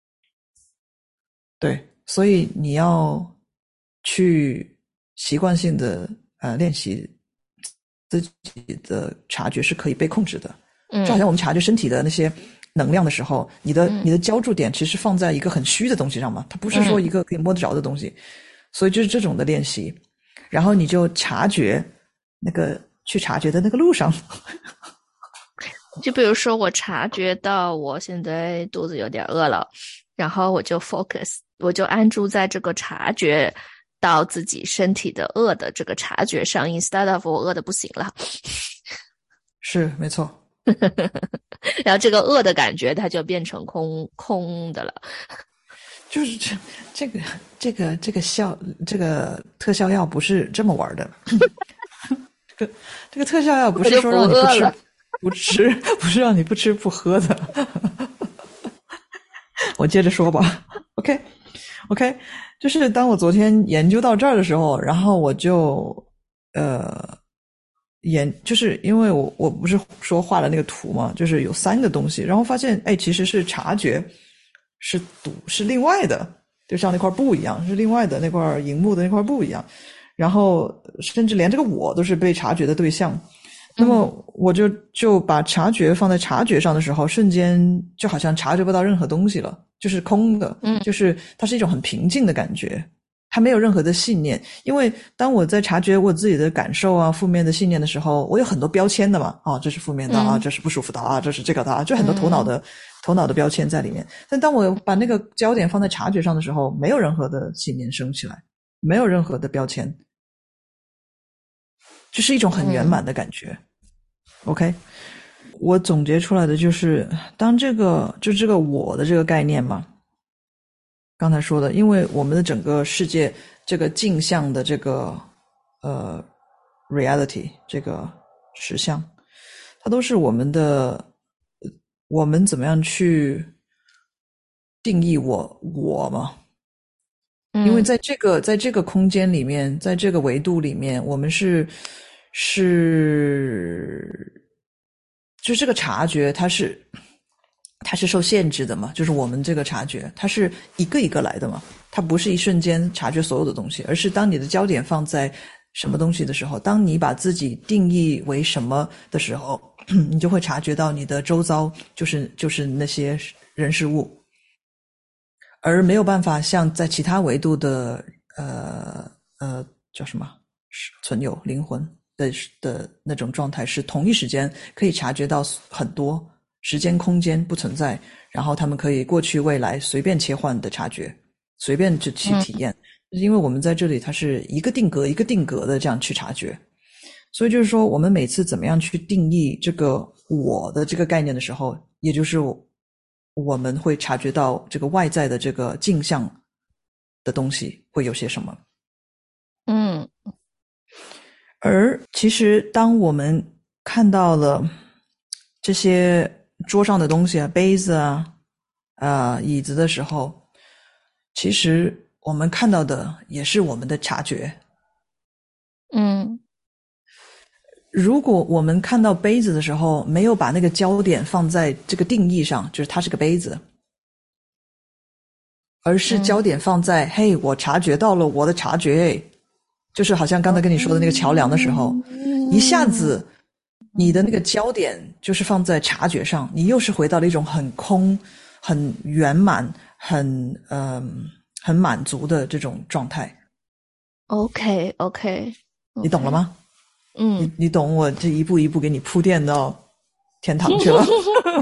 Speaker 1: 对，所以你要去习惯性的呃练习自己的察觉是可以被控制的。嗯，就好像我们察觉身体的那些能量的时候，你的、嗯、你的浇筑点其实放在一个很虚的东西上嘛，它不是说一个可以摸得着的东西。嗯、所以就是这种的练习，然后你就察觉那个去察觉的那个路上。
Speaker 2: 就比如说我察觉到我现在肚子有点饿了，然后我就 focus， 我就安住在这个察觉到自己身体的饿的这个察觉上 instead of 我饿的不行了。
Speaker 1: 是没错。
Speaker 2: 然后这个饿的感觉它就变成空空的了。
Speaker 1: 就是这这个这个这个效这个特效药不是这么玩的。这个这个特效药不是说让你不吃不吃，不是让你不吃不喝的。我接着说吧。 OK OK， 就是当我昨天研究到这儿的时候，然后我就呃研就是因为我我不是说画了那个图嘛，就是有三个东西，然后发现哎其实是察觉是读是另外的，就像那块布一样，是另外的那块荧幕的那块布一样，然后甚至连这个我都是被察觉的对象。那么我就就把察觉放在察觉上的时候，瞬间就好像察觉不到任何东西了，就是空的，嗯，就是它是一种很平静的感觉，它没有任何的信念。因为当我在察觉我自己的感受啊、负面的信念的时候，我有很多标签的嘛，啊，这是负面的啊，这是不舒服的啊，这是这个的啊，就很多头脑的、嗯、头脑的标签在里面。但当我把那个焦点放在察觉上的时候，没有任何的信念升起来，没有任何的标签。就是一种很圆满的感觉、嗯、OK， 我总结出来的就是当这个就这个我的这个概念嘛，刚才说的，因为我们的整个世界这个镜像的这个呃 reality 这个实相，它都是我们的我们怎么样去定义我我嘛，因为在这个在这个空间里面，在这个维度里面，我们是是就这个察觉它是它是受限制的嘛，就是我们这个察觉它是一个一个来的嘛，它不是一瞬间察觉所有的东西，而是当你的焦点放在什么东西的时候，当你把自己定义为什么的时候，你就会察觉到你的周遭就是就是那些人事物，而没有办法像在其他维度的呃呃叫什么存有灵魂的的那种状态，是同一时间可以察觉到很多时间空间不存在，然后他们可以过去未来随便切换的察觉，随便去去体验。嗯，因为我们在这里它是一个定格一个定格的这样去察觉，所以就是说我们每次怎么样去定义这个我的这个概念的时候，也就是我们会察觉到这个外在的这个镜像的东西会有些什么。
Speaker 2: 嗯，
Speaker 1: 而其实当我们看到了这些桌上的东西啊，杯子啊，呃，椅子的时候，其实我们看到的也是我们的察觉。
Speaker 2: 嗯，
Speaker 1: 如果我们看到杯子的时候，没有把那个焦点放在这个定义上，就是它是个杯子，而是焦点放在，嗯，嘿，我察觉到了我的察觉，就是好像刚才跟你说的那个桥梁的时候，嗯，一下子你的那个焦点就是放在察觉上，你又是回到了一种很空、很圆满、很呃很满足的这种状态。
Speaker 2: OK OK，
Speaker 1: 你懂了吗？
Speaker 2: 嗯，
Speaker 1: 你你懂我这一步一步给你铺垫到天堂去了。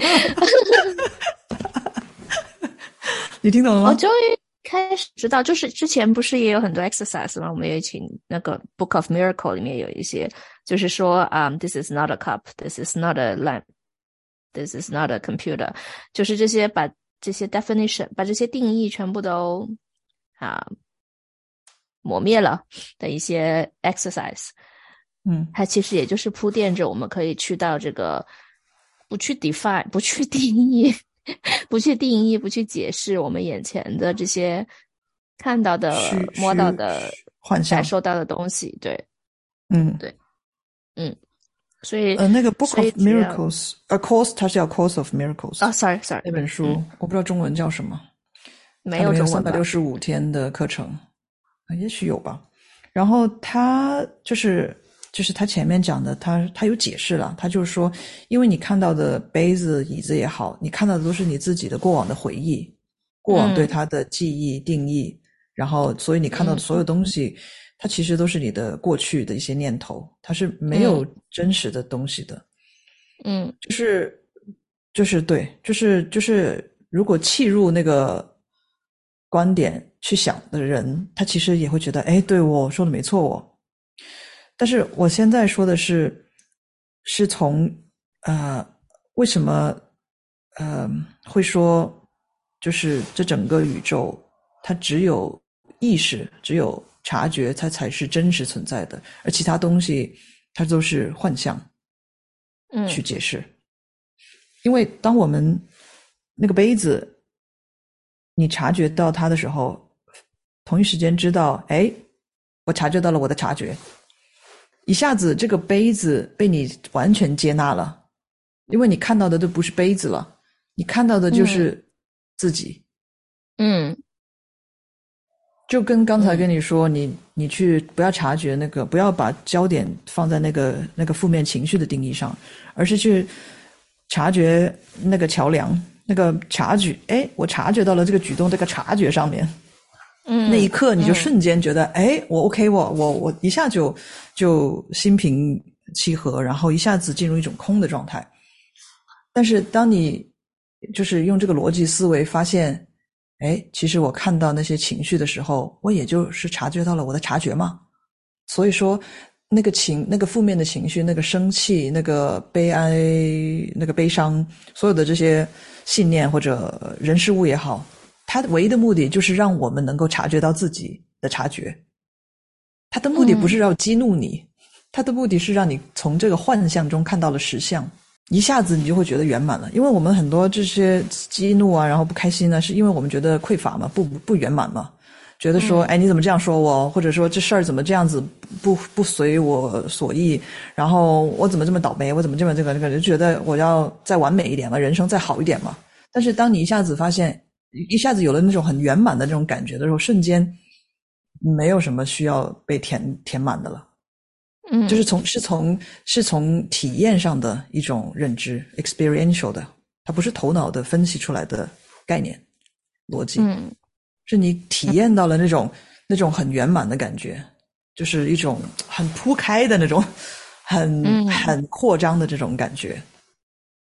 Speaker 1: 你听懂了吗？
Speaker 2: 我终于开始知道，就是之前不是也有很多 exercise 吗？我们也请那个 Book of Miracle 里面有一些，就是说，嗯、um, ，this is not a cup, this is not a lamp, this is not a computer， 就是这些把这些 definition， 把这些定义全部都啊抹灭了的一些 exercise。
Speaker 1: 嗯，
Speaker 2: 它其实也就是铺垫着我们可以去到这个不去 define 不去定义不去定义不去解释我们眼前的这些看到的摸到的
Speaker 1: 幻象
Speaker 2: 感受到的东西。对，
Speaker 1: 嗯，
Speaker 2: 对，嗯，所以
Speaker 1: 呃，那个 Book of Miracles A Course 它是叫 Course of Miracles
Speaker 2: 啊、oh, sorry sorry
Speaker 1: 那本书、嗯、我不知道中文叫什么，
Speaker 2: 没有中文吧，它里面有三
Speaker 1: 百六十五天的课程，也许有吧。然后他就是就是他前面讲的，他他有解释了，他就是说，因为你看到的杯子、椅子也好，你看到的都是你自己的过往的回忆，过往对它的记忆、嗯、定义，然后所以你看到的所有东西、嗯、它其实都是你的过去的一些念头，它是没有真实的东西的。
Speaker 2: 嗯，
Speaker 1: 就是就是对，就是就是如果契入那个观点去想的人，他其实也会觉得，哎，对，我说的没错哦。但是我现在说的是，是从呃，为什么呃会说，就是这整个宇宙它只有意识，只有察觉，它才是真实存在的，而其他东西它都是幻象，
Speaker 2: 嗯，
Speaker 1: 去解释。因为当我们那个杯子，你察觉到它的时候，同一时间知道，哎，我察觉到了我的察觉。一下子这个杯子被你完全接纳了，因为你看到的都不是杯子了，你看到的就是自己。
Speaker 2: 嗯，
Speaker 1: 就跟刚才跟你说，嗯、你你去不要察觉那个，不要把焦点放在那个那个负面情绪的定义上，而是去察觉那个桥梁，那个察觉，哎，我察觉到了这个举动，这个察觉上面。
Speaker 2: 嗯，
Speaker 1: 那一刻你就瞬间觉得，哎、嗯，我 OK， 我我我一下就就心平气和，然后一下子进入一种空的状态。但是当你就是用这个逻辑思维发现，哎，其实我看到那些情绪的时候，我也就是察觉到了我的察觉嘛。所以说那个情那个负面的情绪，那个生气，那个悲哀，那个悲伤，所有的这些信念或者人事物也好，它唯一的目的就是让我们能够察觉到自己的察觉。它的目的不是要激怒你、嗯、它的目的是让你从这个幻象中看到了实相，一下子你就会觉得圆满了。因为我们很多这些激怒啊，然后不开心呢，是因为我们觉得匮乏嘛，不不圆满嘛，觉得说，哎，你怎么这样说我，或者说这事儿怎么这样子不不随我所意，然后我怎么这么倒霉，我怎么这么这个这个，就觉得我要再完美一点嘛，人生再好一点嘛。但是当你一下子发现，一下子有了那种很圆满的这种感觉的时候，瞬间没有什么需要被填填满的了。嗯，就是从是从是从体验上的一种认知 experiential 的，它不是头脑的分析出来的概念逻辑。嗯，是你体验到了那种、嗯、那种很圆满的感觉，就是一种很铺开的那种很、嗯、很扩张的这种感觉。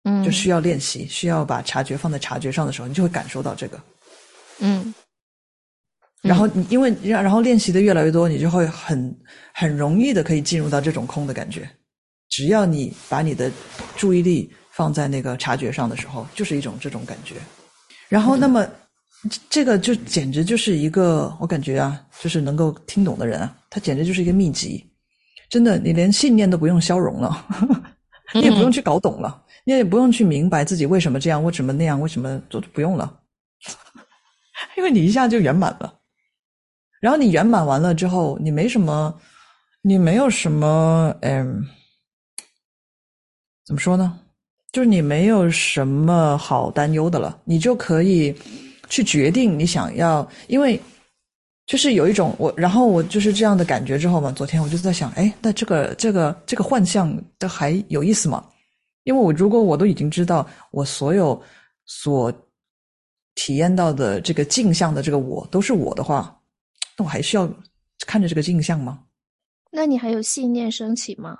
Speaker 2: 嗯，
Speaker 1: 就需要练习，需要把察觉放在察觉上的时候，你就会感受到这个。
Speaker 2: 嗯，
Speaker 1: 然后你因为然后练习的越来越多，你就会很很容易的可以进入到这种空的感觉。只要你把你的注意力放在那个察觉上的时候，就是一种这种感觉。然后那么这个就简直就是一个，我感觉啊，就是能够听懂的人啊，他简直就是一个秘籍。真的，你连信念都不用消融了，你也不用去搞懂了，你也不用去明白自己为什么这样，为什么那样，为什么都不用了，因为你一下就圆满了。然后你圆满完了之后，你没什么，你没有什么，嗯，怎么说呢？就是你没有什么好担忧的了，你就可以去决定你想要，因为就是有一种我，然后我就是这样的感觉之后嘛，昨天我就在想，哎，那这个这个这个幻象的还有意思吗？因为我如果我都已经知道我所有所体验到的这个镜像的这个我都是我的话，那我还需要看着这个镜像吗？
Speaker 2: 那你还有信念升起吗？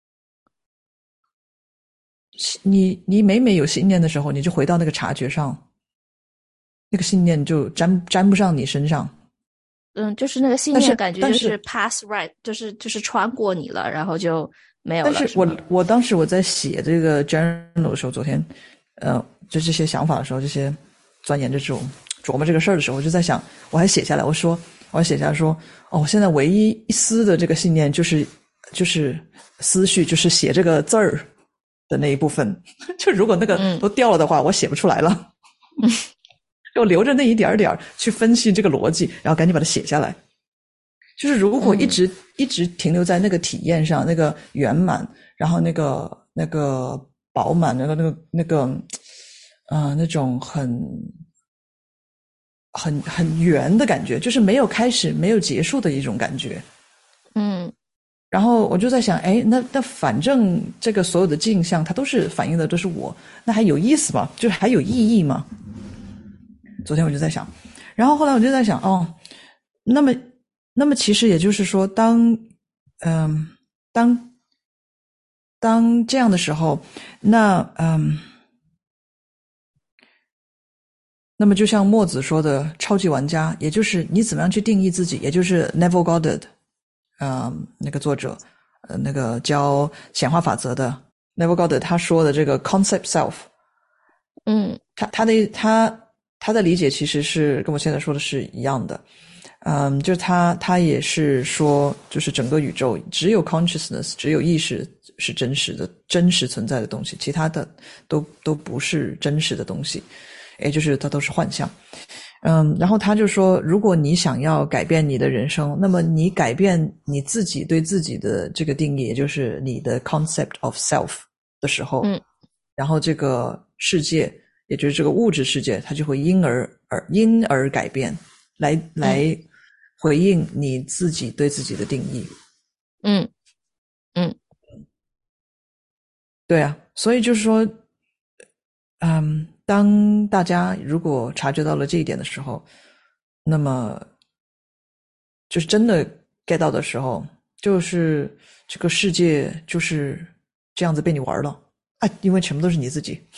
Speaker 1: 你你每每有信念的时候，你就回到那个察觉上，那个信念就沾沾不上你身上。
Speaker 2: 嗯，就是那个信
Speaker 1: 但是
Speaker 2: 念感觉
Speaker 1: 但
Speaker 2: 就是 pass right，就是就是穿过你了，然后就没有了，
Speaker 1: 但是我
Speaker 2: 是吗？
Speaker 1: 我当时我在写这个 journal 的时候，昨天呃就这些想法的时候，这些钻研这种琢磨这个事儿的时候，我就在想，我还写下来，我说我还写下来说，哦，我现在唯一一丝的这个信念就是就是思绪，就是写这个字儿的那一部分，就如果那个都掉了的话，我写不出来了。
Speaker 2: 嗯，
Speaker 1: 就留着那一点点去分析这个逻辑，然后赶紧把它写下来。就是如果一直、嗯、一直停留在那个体验上，那个圆满，然后那个那个饱满，那个那个那个呃那种很很很圆的感觉，就是没有开始没有结束的一种感觉。
Speaker 2: 嗯，
Speaker 1: 然后我就在想，哎，那那反正这个所有的镜像它都是反映的都是我，那还有意思吗？就是还有意义吗？昨天我就在想，然后后来我就在想，哦，那么，那么其实也就是说，当，嗯、呃，当，当这样的时候，那，嗯，那么就像墨子说的，超级玩家，也就是你怎么样去定义自己，也就是 Neville Goddard， 呃，那个作者，呃，那个教显化法则的 Neville Goddard 他说的这个 concept self，
Speaker 2: 嗯，
Speaker 1: 他他的他。他的理解其实是跟我现在说的是一样的，嗯，就是他他也是说，就是整个宇宙只有 consciousness， 只有意识是真实的、真实存在的东西，其他的都都不是真实的东西，也就是它都是幻象。嗯，然后他就说，如果你想要改变你的人生，那么你改变你自己对自己的这个定义，也就是你的 concept of self 的时候，
Speaker 2: 嗯，
Speaker 1: 然后这个世界。也就是这个物质世界，它就会因而而因而改变，来来回应你自己对自己的定义。
Speaker 2: 嗯嗯，
Speaker 1: 对啊，所以就是说，嗯，当大家如果察觉到了这一点的时候，那么就是真的 get 到的时候，就是这个世界就是这样子被你玩了啊，因为全部都是你自己。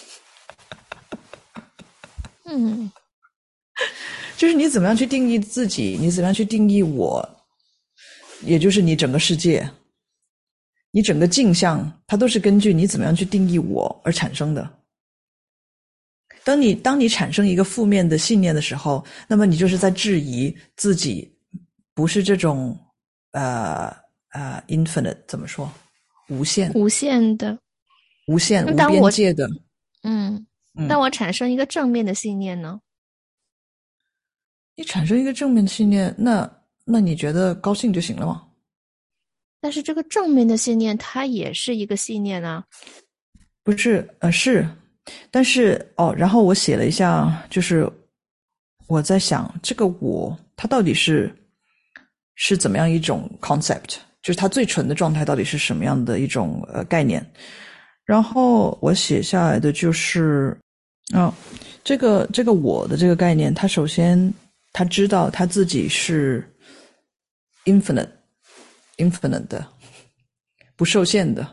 Speaker 2: 嗯，
Speaker 1: 就是你怎么样去定义自己，你怎么样去定义我，也就是你整个世界，你整个镜像，它都是根据你怎么样去定义我而产生的。当你当你产生一个负面的信念的时候，那么你就是在质疑自己不是这种呃呃 infinite 怎么说，无限
Speaker 2: 无限的，
Speaker 1: 无限无
Speaker 2: 当我
Speaker 1: 边界的。
Speaker 2: 嗯，
Speaker 1: 嗯，
Speaker 2: 当我产生一个正面的信念呢？
Speaker 1: 你产生一个正面的信念，那那你觉得高兴就行了吗？
Speaker 2: 但是这个正面的信念，它也是一个信念啊。
Speaker 1: 不是，呃，是，但是哦，然后我写了一下，就是我在想，这个我它到底是是怎么样一种 concept， 就是它最纯的状态到底是什么样的一种呃概念？然后我写下来的就是，啊、哦，这个这个我的这个概念，它首先他知道他自己是 infinite infinite 的，不受限的。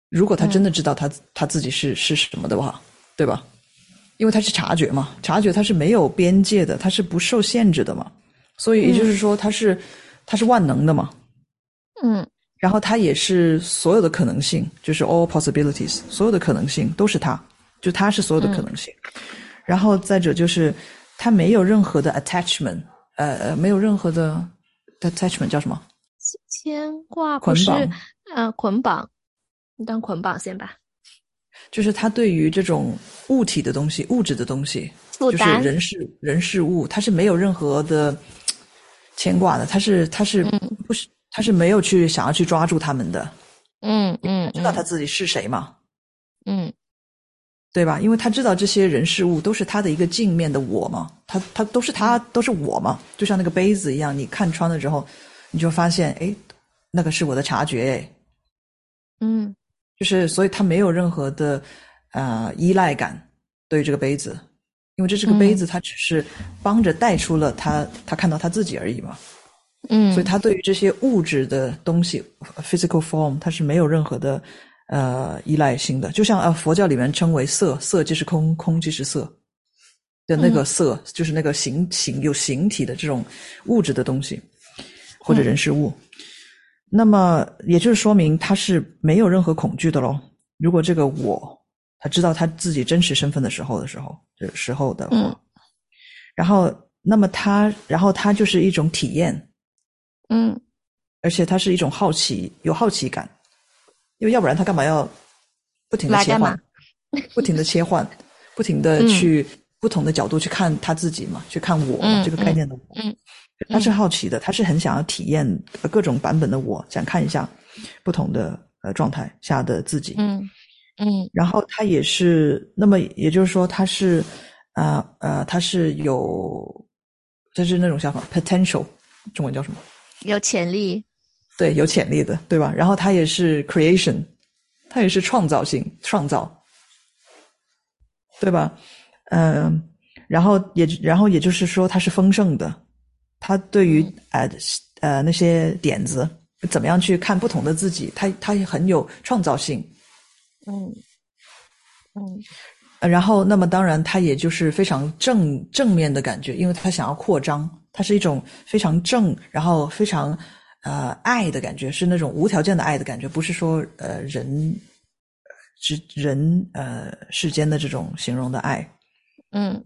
Speaker 1: 如果他真的知道他、嗯、他自己是是什么的话，对吧？因为他是察觉嘛，察觉他是没有边界的，他是不受限制的嘛，所以也就是说他是、嗯、他是万能的嘛。
Speaker 2: 嗯，
Speaker 1: 然后他也是所有的可能性，就是 all possibilities， 所有的可能性都是他，就他是所有的可能性。嗯、然后再者就是他没有任何的 attachment， 呃，没有任何的 attachment 叫什么？
Speaker 2: 牵挂不是呃捆绑，你当捆绑先吧。
Speaker 1: 就是他对于这种物体的东西、物质的东西，就是人事人事物，他是没有任何的牵挂的，他是他是不是、嗯、他是没有去想要去抓住他们的。
Speaker 2: 嗯嗯，
Speaker 1: 他知道他自己是谁嘛？
Speaker 2: 嗯，
Speaker 1: 对吧？因为他知道这些人事物都是他的一个镜面的我嘛，他他都是他、嗯、都是我嘛，就像那个杯子一样，你看穿了之后，你就发现，诶，那个是我的察觉，诶。
Speaker 2: 嗯，
Speaker 1: 就是所以他没有任何的呃依赖感对于这个杯子，因为这是个杯子，他只是帮着带出了他他看到他自己而已嘛。
Speaker 2: 嗯，
Speaker 1: 所以他对于这些物质的东西 physical form 他是没有任何的呃依赖性的，就像呃佛教里面称为色，色即是空，空即是色的那个色、嗯、就是那个形形有形体的这种物质的东西或者人事物、嗯、那么也就是说明他是没有任何恐惧的咯。如果这个我他知道他自己真实身份的时候的时候这时候的话、嗯、然后那么他然后他就是一种体验，
Speaker 2: 嗯，
Speaker 1: 而且它是一种好奇，有好奇感，因为要不然他干嘛要不停的切换，不停的切换，不停的去不同的角度去看他自己嘛，去看我嘛、嗯、这个概念的我，
Speaker 2: 嗯，
Speaker 1: 他是好奇的，他是很想要体验各种版本的我，想看一下不同的呃状态下的自己，
Speaker 2: 嗯嗯，
Speaker 1: 然后他也是，那么也就是说他是呃呃他是有，这是那种想法 potential， 中文叫什么？
Speaker 2: 有潜力，
Speaker 1: 对，有潜力的，对吧？然后它也是 creation， 它也是创造性，创造，对吧？嗯、呃，然后也然后也就是说，它是丰盛的，它对于、嗯、呃呃那些点子，怎么样去看不同的自己，它它也很有创造性，
Speaker 2: 嗯嗯。
Speaker 1: 然后那么当然它也就是非常正正面的感觉，因为它想要扩张，它是一种非常正，然后非常呃爱的感觉，是那种无条件的爱的感觉，不是说呃人之人呃世间的这种形容的爱。
Speaker 2: 嗯，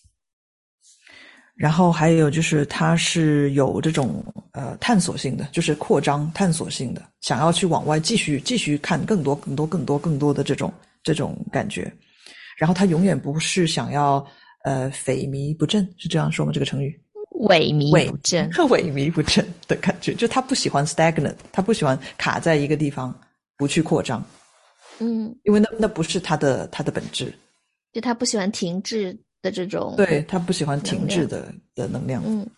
Speaker 1: 然后还有就是它是有这种呃探索性的，就是扩张探索性的，想要去往外继续继续看更多更多更多更多的这种这种感觉。然后他永远不是想要呃萎靡不振，是这样说吗？这个成语
Speaker 2: 萎靡不振，
Speaker 1: 萎靡不振的感觉，就他不喜欢 stagnant， 他不喜欢卡在一个地方不去扩张，
Speaker 2: 嗯，
Speaker 1: 因为那那不是他的他的本质，
Speaker 2: 就他不喜欢停滞的这种，
Speaker 1: 对，他不喜欢停滞的的能量，
Speaker 2: 嗯，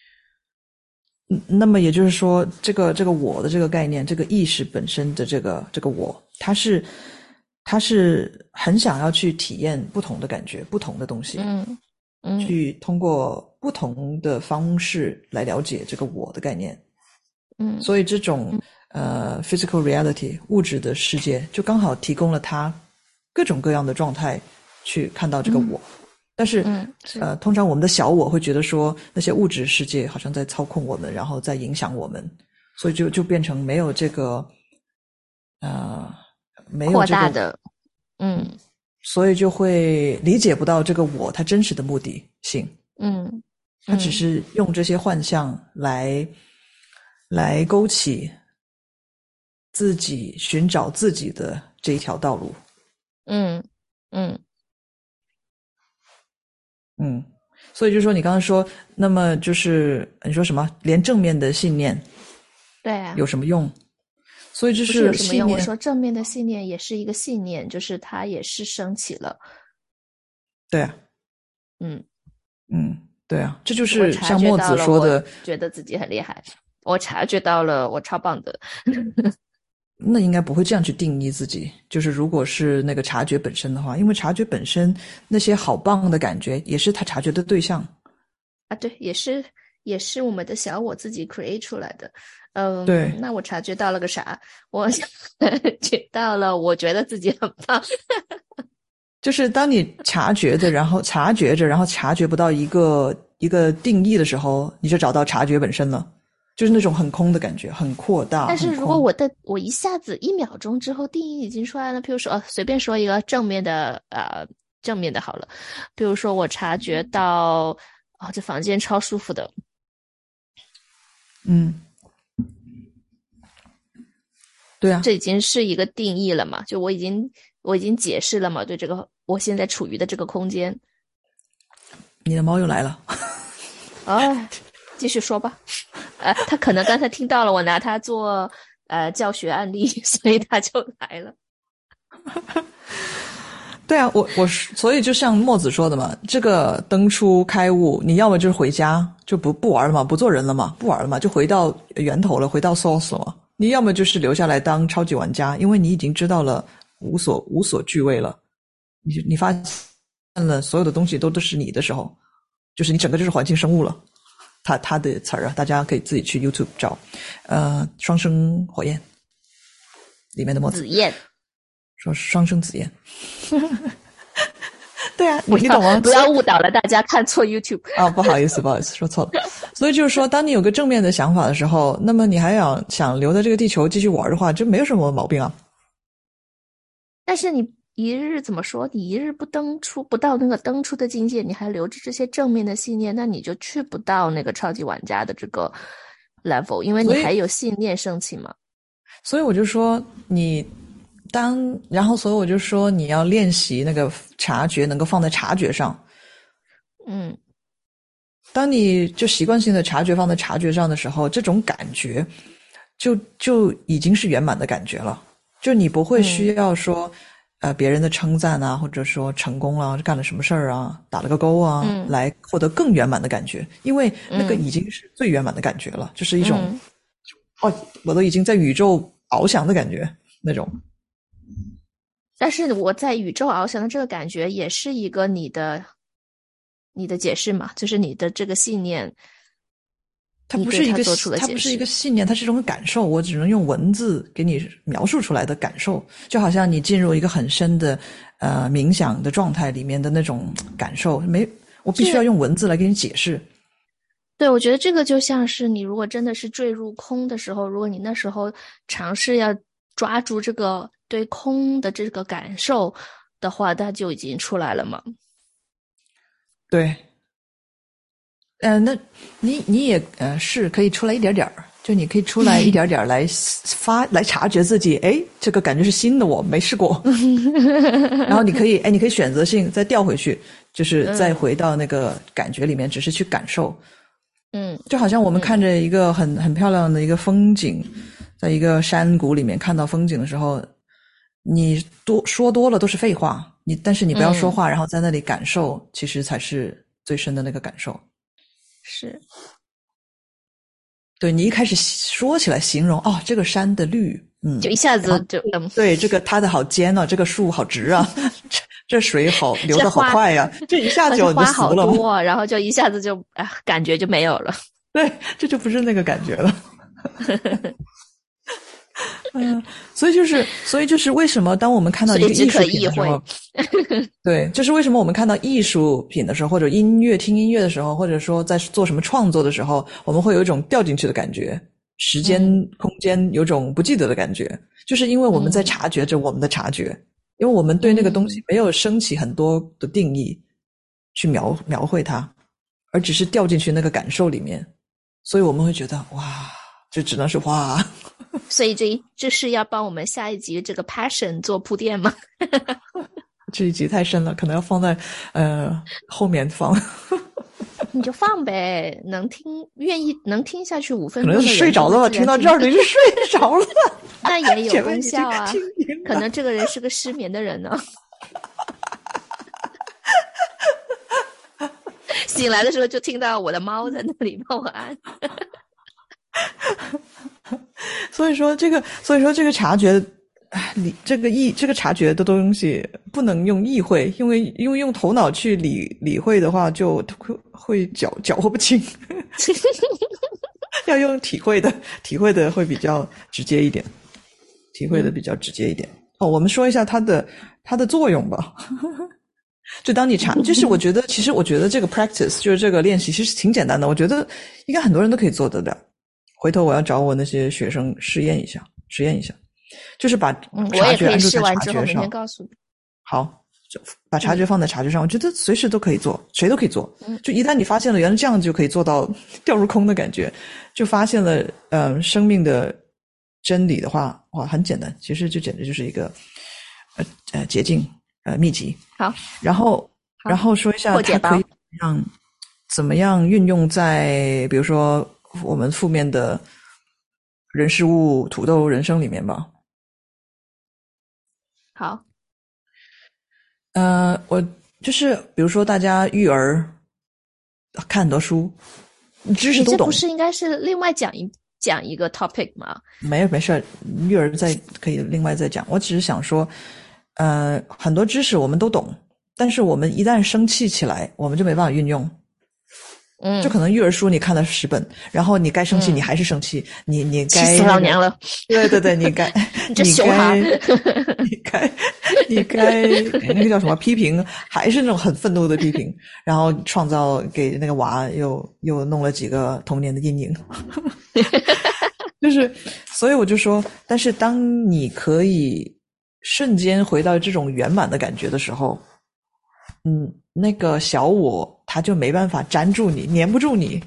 Speaker 1: 那么也就是说，这个这个我的这个概念，这个意识本身的这个这个我，它是。他是很想要去体验不同的感觉，不同的东西，
Speaker 2: 嗯嗯，
Speaker 1: 去通过不同的方式来了解这个我的概念，
Speaker 2: 嗯，
Speaker 1: 所以这种呃 physical reality 物质的世界就刚好提供了他各种各样的状态去看到这个我，嗯、但是,、
Speaker 2: 嗯、是
Speaker 1: 呃，通常我们的小我会觉得说那些物质世界好像在操控我们，然后在影响我们，所以就就变成没有这个呃。没有、这个、
Speaker 2: 扩大的，嗯，
Speaker 1: 所以就会理解不到这个我它真实的目的性，
Speaker 2: 嗯，嗯
Speaker 1: 他只是用这些幻象来来勾起自己寻找自己的这一条道路，
Speaker 2: 嗯嗯
Speaker 1: 嗯，所以就说你刚刚说，那么就是你说什么，连正面的信念，
Speaker 2: 对啊，
Speaker 1: 有什么用？所以这
Speaker 2: 是有什么用？我说正面的信念也是一个信念，就是它也是升起了。
Speaker 1: 对啊，
Speaker 2: 嗯
Speaker 1: 嗯，对啊，这就是像墨子说的，
Speaker 2: 觉得自己很厉害，我察觉到了，我超棒的。
Speaker 1: 那应该不会这样去定义自己，就是如果是那个察觉本身的话，因为察觉本身那些好棒的感觉也是他察觉的对象
Speaker 2: 啊，对，也是也是我们的小我自己 create 出来的。 嗯，
Speaker 1: 对，
Speaker 2: 那我察觉到了个啥？我察觉到了，我觉得自己很棒。
Speaker 1: 就是当你察觉的，然后察觉着，然后察觉不到一个一个定义的时候，你就找到察觉本身了，就是那种很空的感觉，很扩大，
Speaker 2: 但是
Speaker 1: 很空。
Speaker 2: 如果我的我一下子一秒钟之后定义已经出来了，譬如说，呃，随便说一个正面的，呃，正面的好了，比如说我察觉到，啊、这房间超舒服的，
Speaker 1: 嗯，对啊，
Speaker 2: 这已经是一个定义了嘛？就我已经我已经解释了嘛，对这个我现在处于的这个空间。
Speaker 1: 你的猫又来了。
Speaker 2: 哎，继续说吧。呃，他可能刚才听到了我拿它做呃教学案例，所以他就来了。
Speaker 1: 对啊，我我所以就像墨子说的嘛，这个登出开悟，你要么就是回家就不不玩了嘛，不做人了嘛，不玩了嘛，就回到源头了，回到 source 了嘛。你要么就是留下来当超级玩家，因为你已经知道了无所无所惧畏了，你你发现了所有的东西都都是你的时候，就是你整个就是环境生物了。他他的词儿啊，大家可以自己去 YouTube 找，呃，双生火焰里面的墨子。
Speaker 2: 紫焰。
Speaker 1: 说双生紫焰。对啊，
Speaker 2: 不要
Speaker 1: 你懂吗？
Speaker 2: 不要误导了大家看错 YouTube
Speaker 1: 啊，不好意思，不好意思，说错了。所以就是说，当你有个正面的想法的时候，那么你还想想留在这个地球继续玩的话，这没有什么毛病啊。
Speaker 2: 但是你一日怎么说？你一日不登出，不到那个登出的境界，你还留着这些正面的信念，那你就去不到那个超级玩家的这个 level，因为你还有信念升起嘛。
Speaker 1: 所以我就说你。当然后，所以我就说你要练习那个察觉，能够放在察觉上。
Speaker 2: 嗯，
Speaker 1: 当你就习惯性的察觉放在察觉上的时候，这种感觉就就已经是圆满的感觉了。就你不会需要说，嗯、呃别人的称赞啊，或者说成功啊，干了什么事儿啊，打了个勾啊，
Speaker 2: 嗯、
Speaker 1: 来获得更圆满的感觉，因为那个已经是最圆满的感觉了，嗯、就是一种、嗯、哦，我都已经在宇宙翱翔的感觉那种。
Speaker 2: 但是我在宇宙翱翔的这个感觉，也是一个你的你的解释嘛，就是你的这个信念。
Speaker 1: 它不是一个，它不是一个信念，它是一种感受。我只能用文字给你描述出来的感受，就好像你进入一个很深的呃冥想的状态里面的那种感受，没，我必须要用文字来给你解释。
Speaker 2: 对，我觉得这个就像是你如果真的是坠入空的时候，如果你那时候尝试要抓住这个对空的这个感受的话，它就已经出来了嘛。
Speaker 1: 对，呃，那你你也呃是可以出来一点点儿，就你可以出来一点点来发来察觉自己，哎，这个感觉是新的，我没试过。然后你可以，哎，你可以选择性再调回去，就是再回到那个感觉里面，只是去感受。
Speaker 2: 嗯，
Speaker 1: 就好像我们看着一个很很漂亮的一个风景，在一个山谷里面看到风景的时候，你多说多了都是废话，你但是你不要说话，嗯、然后在那里感受，其实才是最深的那个感受。
Speaker 2: 是，
Speaker 1: 对，你一开始说起来形容哦，这个山的绿，嗯，
Speaker 2: 就一下子就嗯，
Speaker 1: 对，这个塌的好尖啊，这个树好直啊，这这水好流得好快呀、啊，这一下就
Speaker 2: 花好多、
Speaker 1: 啊，
Speaker 2: 然后就一下子就啊、呃，感觉就没有了。
Speaker 1: 对，这就不是那个感觉了。嗯，所以就是，所以就是为什么当我们看到一个艺术品的时候，对，就是为什么我们看到艺术品的时候，或者音乐听音乐的时候，或者说在做什么创作的时候，我们会有一种掉进去的感觉，时间、嗯、空间有种不记得的感觉，就是因为我们在察觉着我们的察觉，嗯、因为我们对那个东西没有升起很多的定义去描描绘它，而只是掉进去那个感受里面，所以我们会觉得哇，这只能是哇。
Speaker 2: 所以这一这是要帮我们下一集这个 passion 做铺垫吗？
Speaker 1: 这一集太深了，可能要放在呃后面放。
Speaker 2: 你就放呗，能听愿意能听下去五分
Speaker 1: 钟的人，可能是睡着了吧？听到这儿你就睡着了，
Speaker 2: 那也有功效啊。可能这个人是个失眠的人呢。醒来的时候就听到我的猫在那里帮我按。
Speaker 1: 所以说这个，所以说这个察觉，你这个意这个察觉的东西不能用意会，因为因为用头脑去理理会的话，就会会搅搅和不清。 要用体会的，体会的会比较直接一点，体会的比较直接一点。嗯、哦，我们说一下它的它的作用吧。就当你查，就是我觉得，其实我觉得这个 practice 就是这个练习，其实挺简单的，我觉得应该很多人都可以做得了。回头我要找我那些学生试验一下，实验一下，就是把察觉按住在察觉上。嗯、我也可以试完之后明天告诉你。好，把察觉放在察觉上，嗯、我觉得随时都可以做，谁都可以做。就一旦你发现了原来这样就可以做到掉入空的感觉，就发现了呃生命的真理的话，哇，很简单，其实就简直就是一个呃呃捷径。呃，秘籍
Speaker 2: 好，
Speaker 1: 然后然后说一下它可以让怎么样运用在比如说我们负面的人事物土豆人生里面吧。
Speaker 2: 好，
Speaker 1: 呃，我就是比如说大家育儿看很多书，知识都懂。
Speaker 2: 你这不是应该是另外讲一讲一个 topic 吗？
Speaker 1: 没有没事，育儿再可以另外再讲。我只是想说。呃，很多知识我们都懂，但是我们一旦生气起来，我们就没办法运用。
Speaker 2: 嗯，
Speaker 1: 就可能育儿书你看了十本，然后你该生气你还是生气，嗯、你你该
Speaker 2: 气死老娘了。
Speaker 1: 对对对，你该
Speaker 2: 你这熊孩，
Speaker 1: 你该你该那个叫什么批评，还是那种很愤怒的批评，然后创造给那个娃又又弄了几个童年的阴影。就是，所以我就说，但是当你可以。瞬间回到这种圆满的感觉的时候，嗯，那个小我他就没办法粘住你，粘不住你，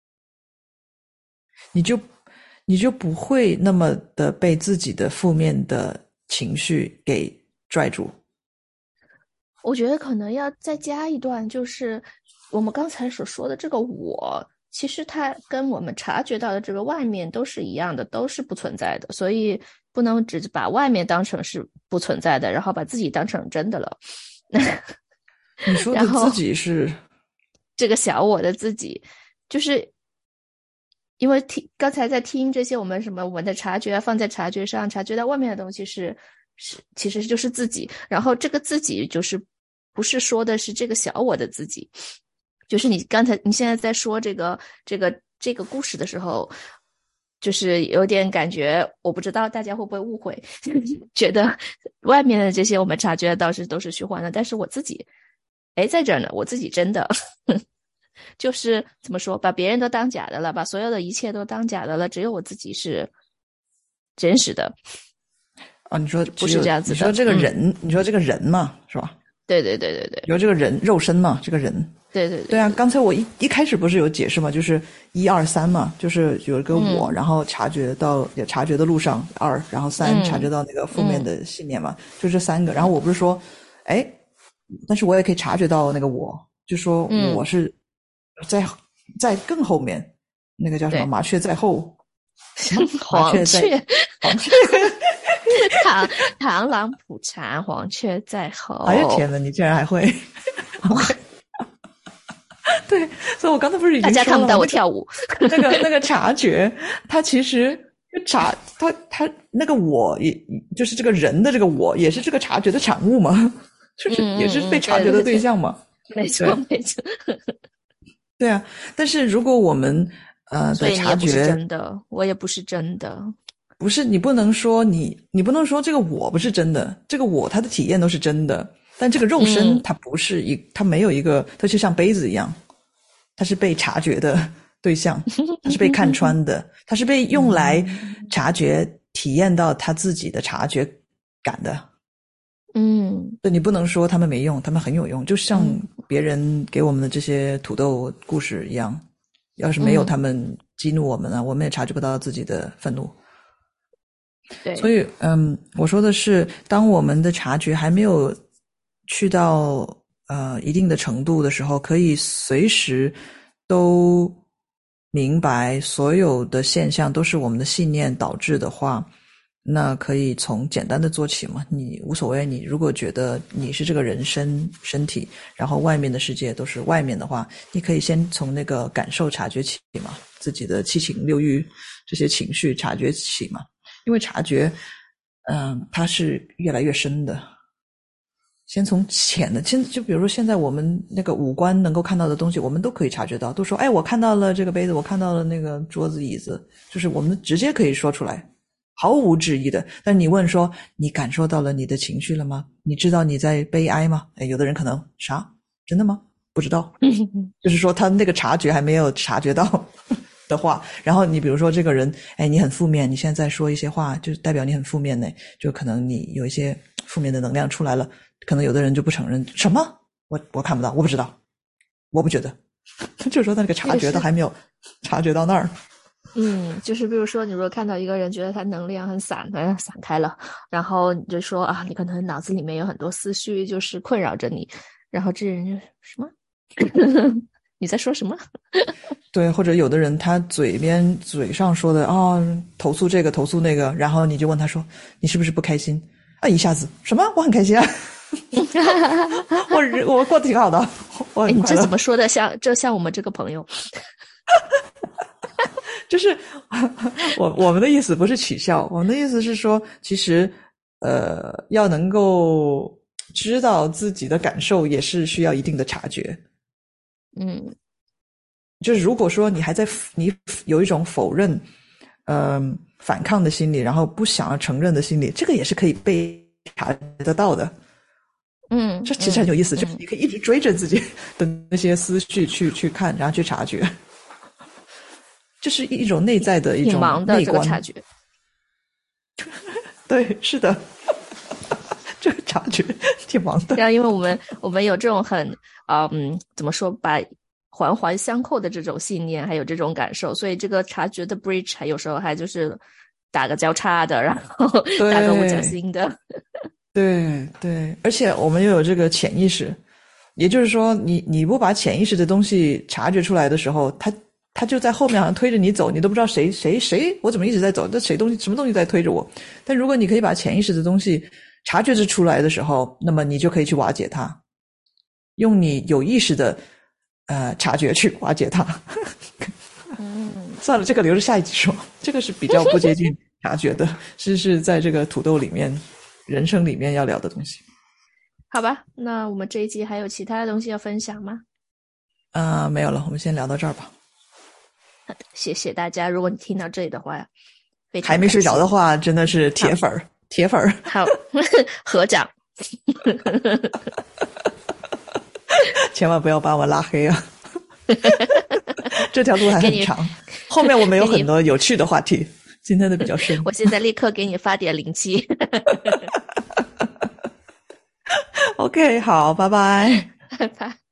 Speaker 1: 你就你就不会那么的被自己的负面的情绪给拽住。
Speaker 2: 我觉得可能要再加一段，就是我们刚才所说的这个我，其实它跟我们察觉到的这个外面都是一样的，都是不存在的，所以不能只把外面当成是不存在的，然后把自己当成真的了。
Speaker 1: 你说的自己是
Speaker 2: 这个小我的自己，就是因为听刚才在听这些我们什么我们的察觉放在察觉上，察觉到外面的东西是是其实就是自己，然后这个自己就是不是说的是这个小我的自己，就是你刚才你现在在说这个这个这个故事的时候。就是有点感觉，我不知道大家会不会误会，觉得外面的这些我们察觉到是都是虚幻的，但是我自己，哎，在这儿呢，我自己真的，就是怎么说，把别人都当假的了，把所有的一切都当假的了，只有我自己是真实的。
Speaker 1: 啊，你说
Speaker 2: 不是这样子的？
Speaker 1: 你说这个人，嗯、你说这个人嘛，是吧？
Speaker 2: 对对对对对。
Speaker 1: 你说这个人肉身嘛，这个人。
Speaker 2: 对对对，
Speaker 1: 对啊，刚才我一一开始不是有解释嘛，就是一二三嘛，就是有一个我，嗯、然后察觉到也察觉的路上二，然后三、嗯、察觉到那个负面的信念嘛，嗯、就这三个。然后我不是说，哎，但是我也可以察觉到那个我，就说我是在、嗯、在更后面，那个叫什么麻雀在后，
Speaker 2: 黄雀
Speaker 1: 在黄雀。
Speaker 2: 螳螳螂捕蝉，黄雀在后。
Speaker 1: 哎呀天哪，你竟然还会！对，所以我刚才不是已经说了，
Speaker 2: 大家看不到我跳舞。
Speaker 1: 那个、那个、那个察觉，它其实察，它它那个我也就是这个人的这个我，也是这个察觉的产物嘛，就是也是被察觉的对象嘛。
Speaker 2: 嗯、没错，没错。
Speaker 1: 对啊，但是如果我们呃的察觉，
Speaker 2: 所以你也不是真的，我也不是真的。
Speaker 1: 不是，你不能说你，你不能说这个我不是真的，这个我它的体验都是真的，但这个肉身它不是一，它没有一个，它就像杯子一样。它是被察觉的对象，它是被看穿的，它是被用来察觉、体验到他自己的察觉感的。
Speaker 2: 嗯，
Speaker 1: 对，你不能说他们没用，他们很有用，就像别人给我们的这些土豆故事一样，要是没有他们激怒我们啊，我们也察觉不到自己的愤怒。
Speaker 2: 对，
Speaker 1: 所以，嗯，我说的是，当我们的察觉还没有去到呃一定的程度的时候，可以随时都明白所有的现象都是我们的信念导致的话，那可以从简单的做起嘛。你无所谓，你如果觉得你是这个人身身体，然后外面的世界都是外面的话，你可以先从那个感受察觉起嘛，自己的七情六欲这些情绪察觉起嘛。因为察觉嗯、呃，它是越来越深的。 先从浅的，现就比如说现在我们那个五官能够看到的东西，我们都可以察觉到，都说哎，我看到了这个杯子，我看到了那个桌子椅子，就是我们直接可以说出来，毫无质疑的。但你问说你感受到了你的情绪了吗？你知道你在悲哀吗？哎，有的人可能啥？真的吗？不知道。就是说他那个察觉还没有察觉到的话，然后你比如说这个人，哎，你很负面，你现在在说一些话，就代表你很负面呢，就可能你有一些负面的能量出来了，可能有的人就不承认，什么？我我看不到，我不知道，我不觉得，就是说他那个察觉都还没有察觉到那儿。
Speaker 2: 嗯，就是比如说，你如果看到一个人觉得他能量很散，反正散开了，然后你就说啊，你可能脑子里面有很多思绪，就是困扰着你，然后这人就什么？你在说什么？
Speaker 1: 对，或者有的人他嘴边嘴上说的啊、哦，投诉这个投诉那个，然后你就问他说你是不是不开心啊？一下子什么？我很开心啊，我我过得挺好的，我很快乐。
Speaker 2: 你这怎么说的？像这像我们这个朋友。
Speaker 1: 就是我我们的意思不是取笑，我们的意思是说，其实呃，要能够知道自己的感受，也是需要一定的察觉。
Speaker 2: 嗯，
Speaker 1: 就是如果说你还在你有一种否认、嗯、呃、反抗的心理，然后不想要承认的心理，这个也是可以被察觉得到的。
Speaker 2: 嗯，
Speaker 1: 这其实很有意思，
Speaker 2: 嗯、
Speaker 1: 就是你可以一直追着自己的那些思绪去去看，然后去察觉。这是一种内在的一种内观，
Speaker 2: 这个察觉。
Speaker 1: 对，是的，这个察觉挺忙的。
Speaker 2: 然后，因为我们我们有这种很嗯，怎么说，把环环相扣的这种信念，还有这种感受，所以这个察觉的 bridge 还有时候还就是打个交叉的，然后打个五角星的。
Speaker 1: 对对，而且我们又有这个潜意识，也就是说你，你你不把潜意识的东西察觉出来的时候，它他就在后面好像推着你走，你都不知道谁谁谁，我怎么一直在走？这谁东西什么东西在推着我？但如果你可以把潜意识的东西察觉出来的时候，那么你就可以去瓦解它，用你有意识的呃察觉去瓦解它。
Speaker 2: 嗯，
Speaker 1: 算了，这个留着下一集说，这个是比较不接近察觉的，是是在这个土豆里面、人生里面要聊的东西。
Speaker 2: 好吧，那我们这一集还有其他的东西要分享吗？
Speaker 1: 啊、呃，没有了，我们先聊到这儿吧。
Speaker 2: 谢谢大家，如果你听到这里的话，非常
Speaker 1: 还没睡着的话，真的是铁粉儿，铁粉儿。
Speaker 2: 好，合掌。
Speaker 1: 千万不要把我拉黑啊！这条路还很长，后面我们有很多有趣的话题。今天的比较深。
Speaker 2: 我现在立刻给你发点灵气。
Speaker 1: OK， 好，拜拜。
Speaker 2: 拜拜。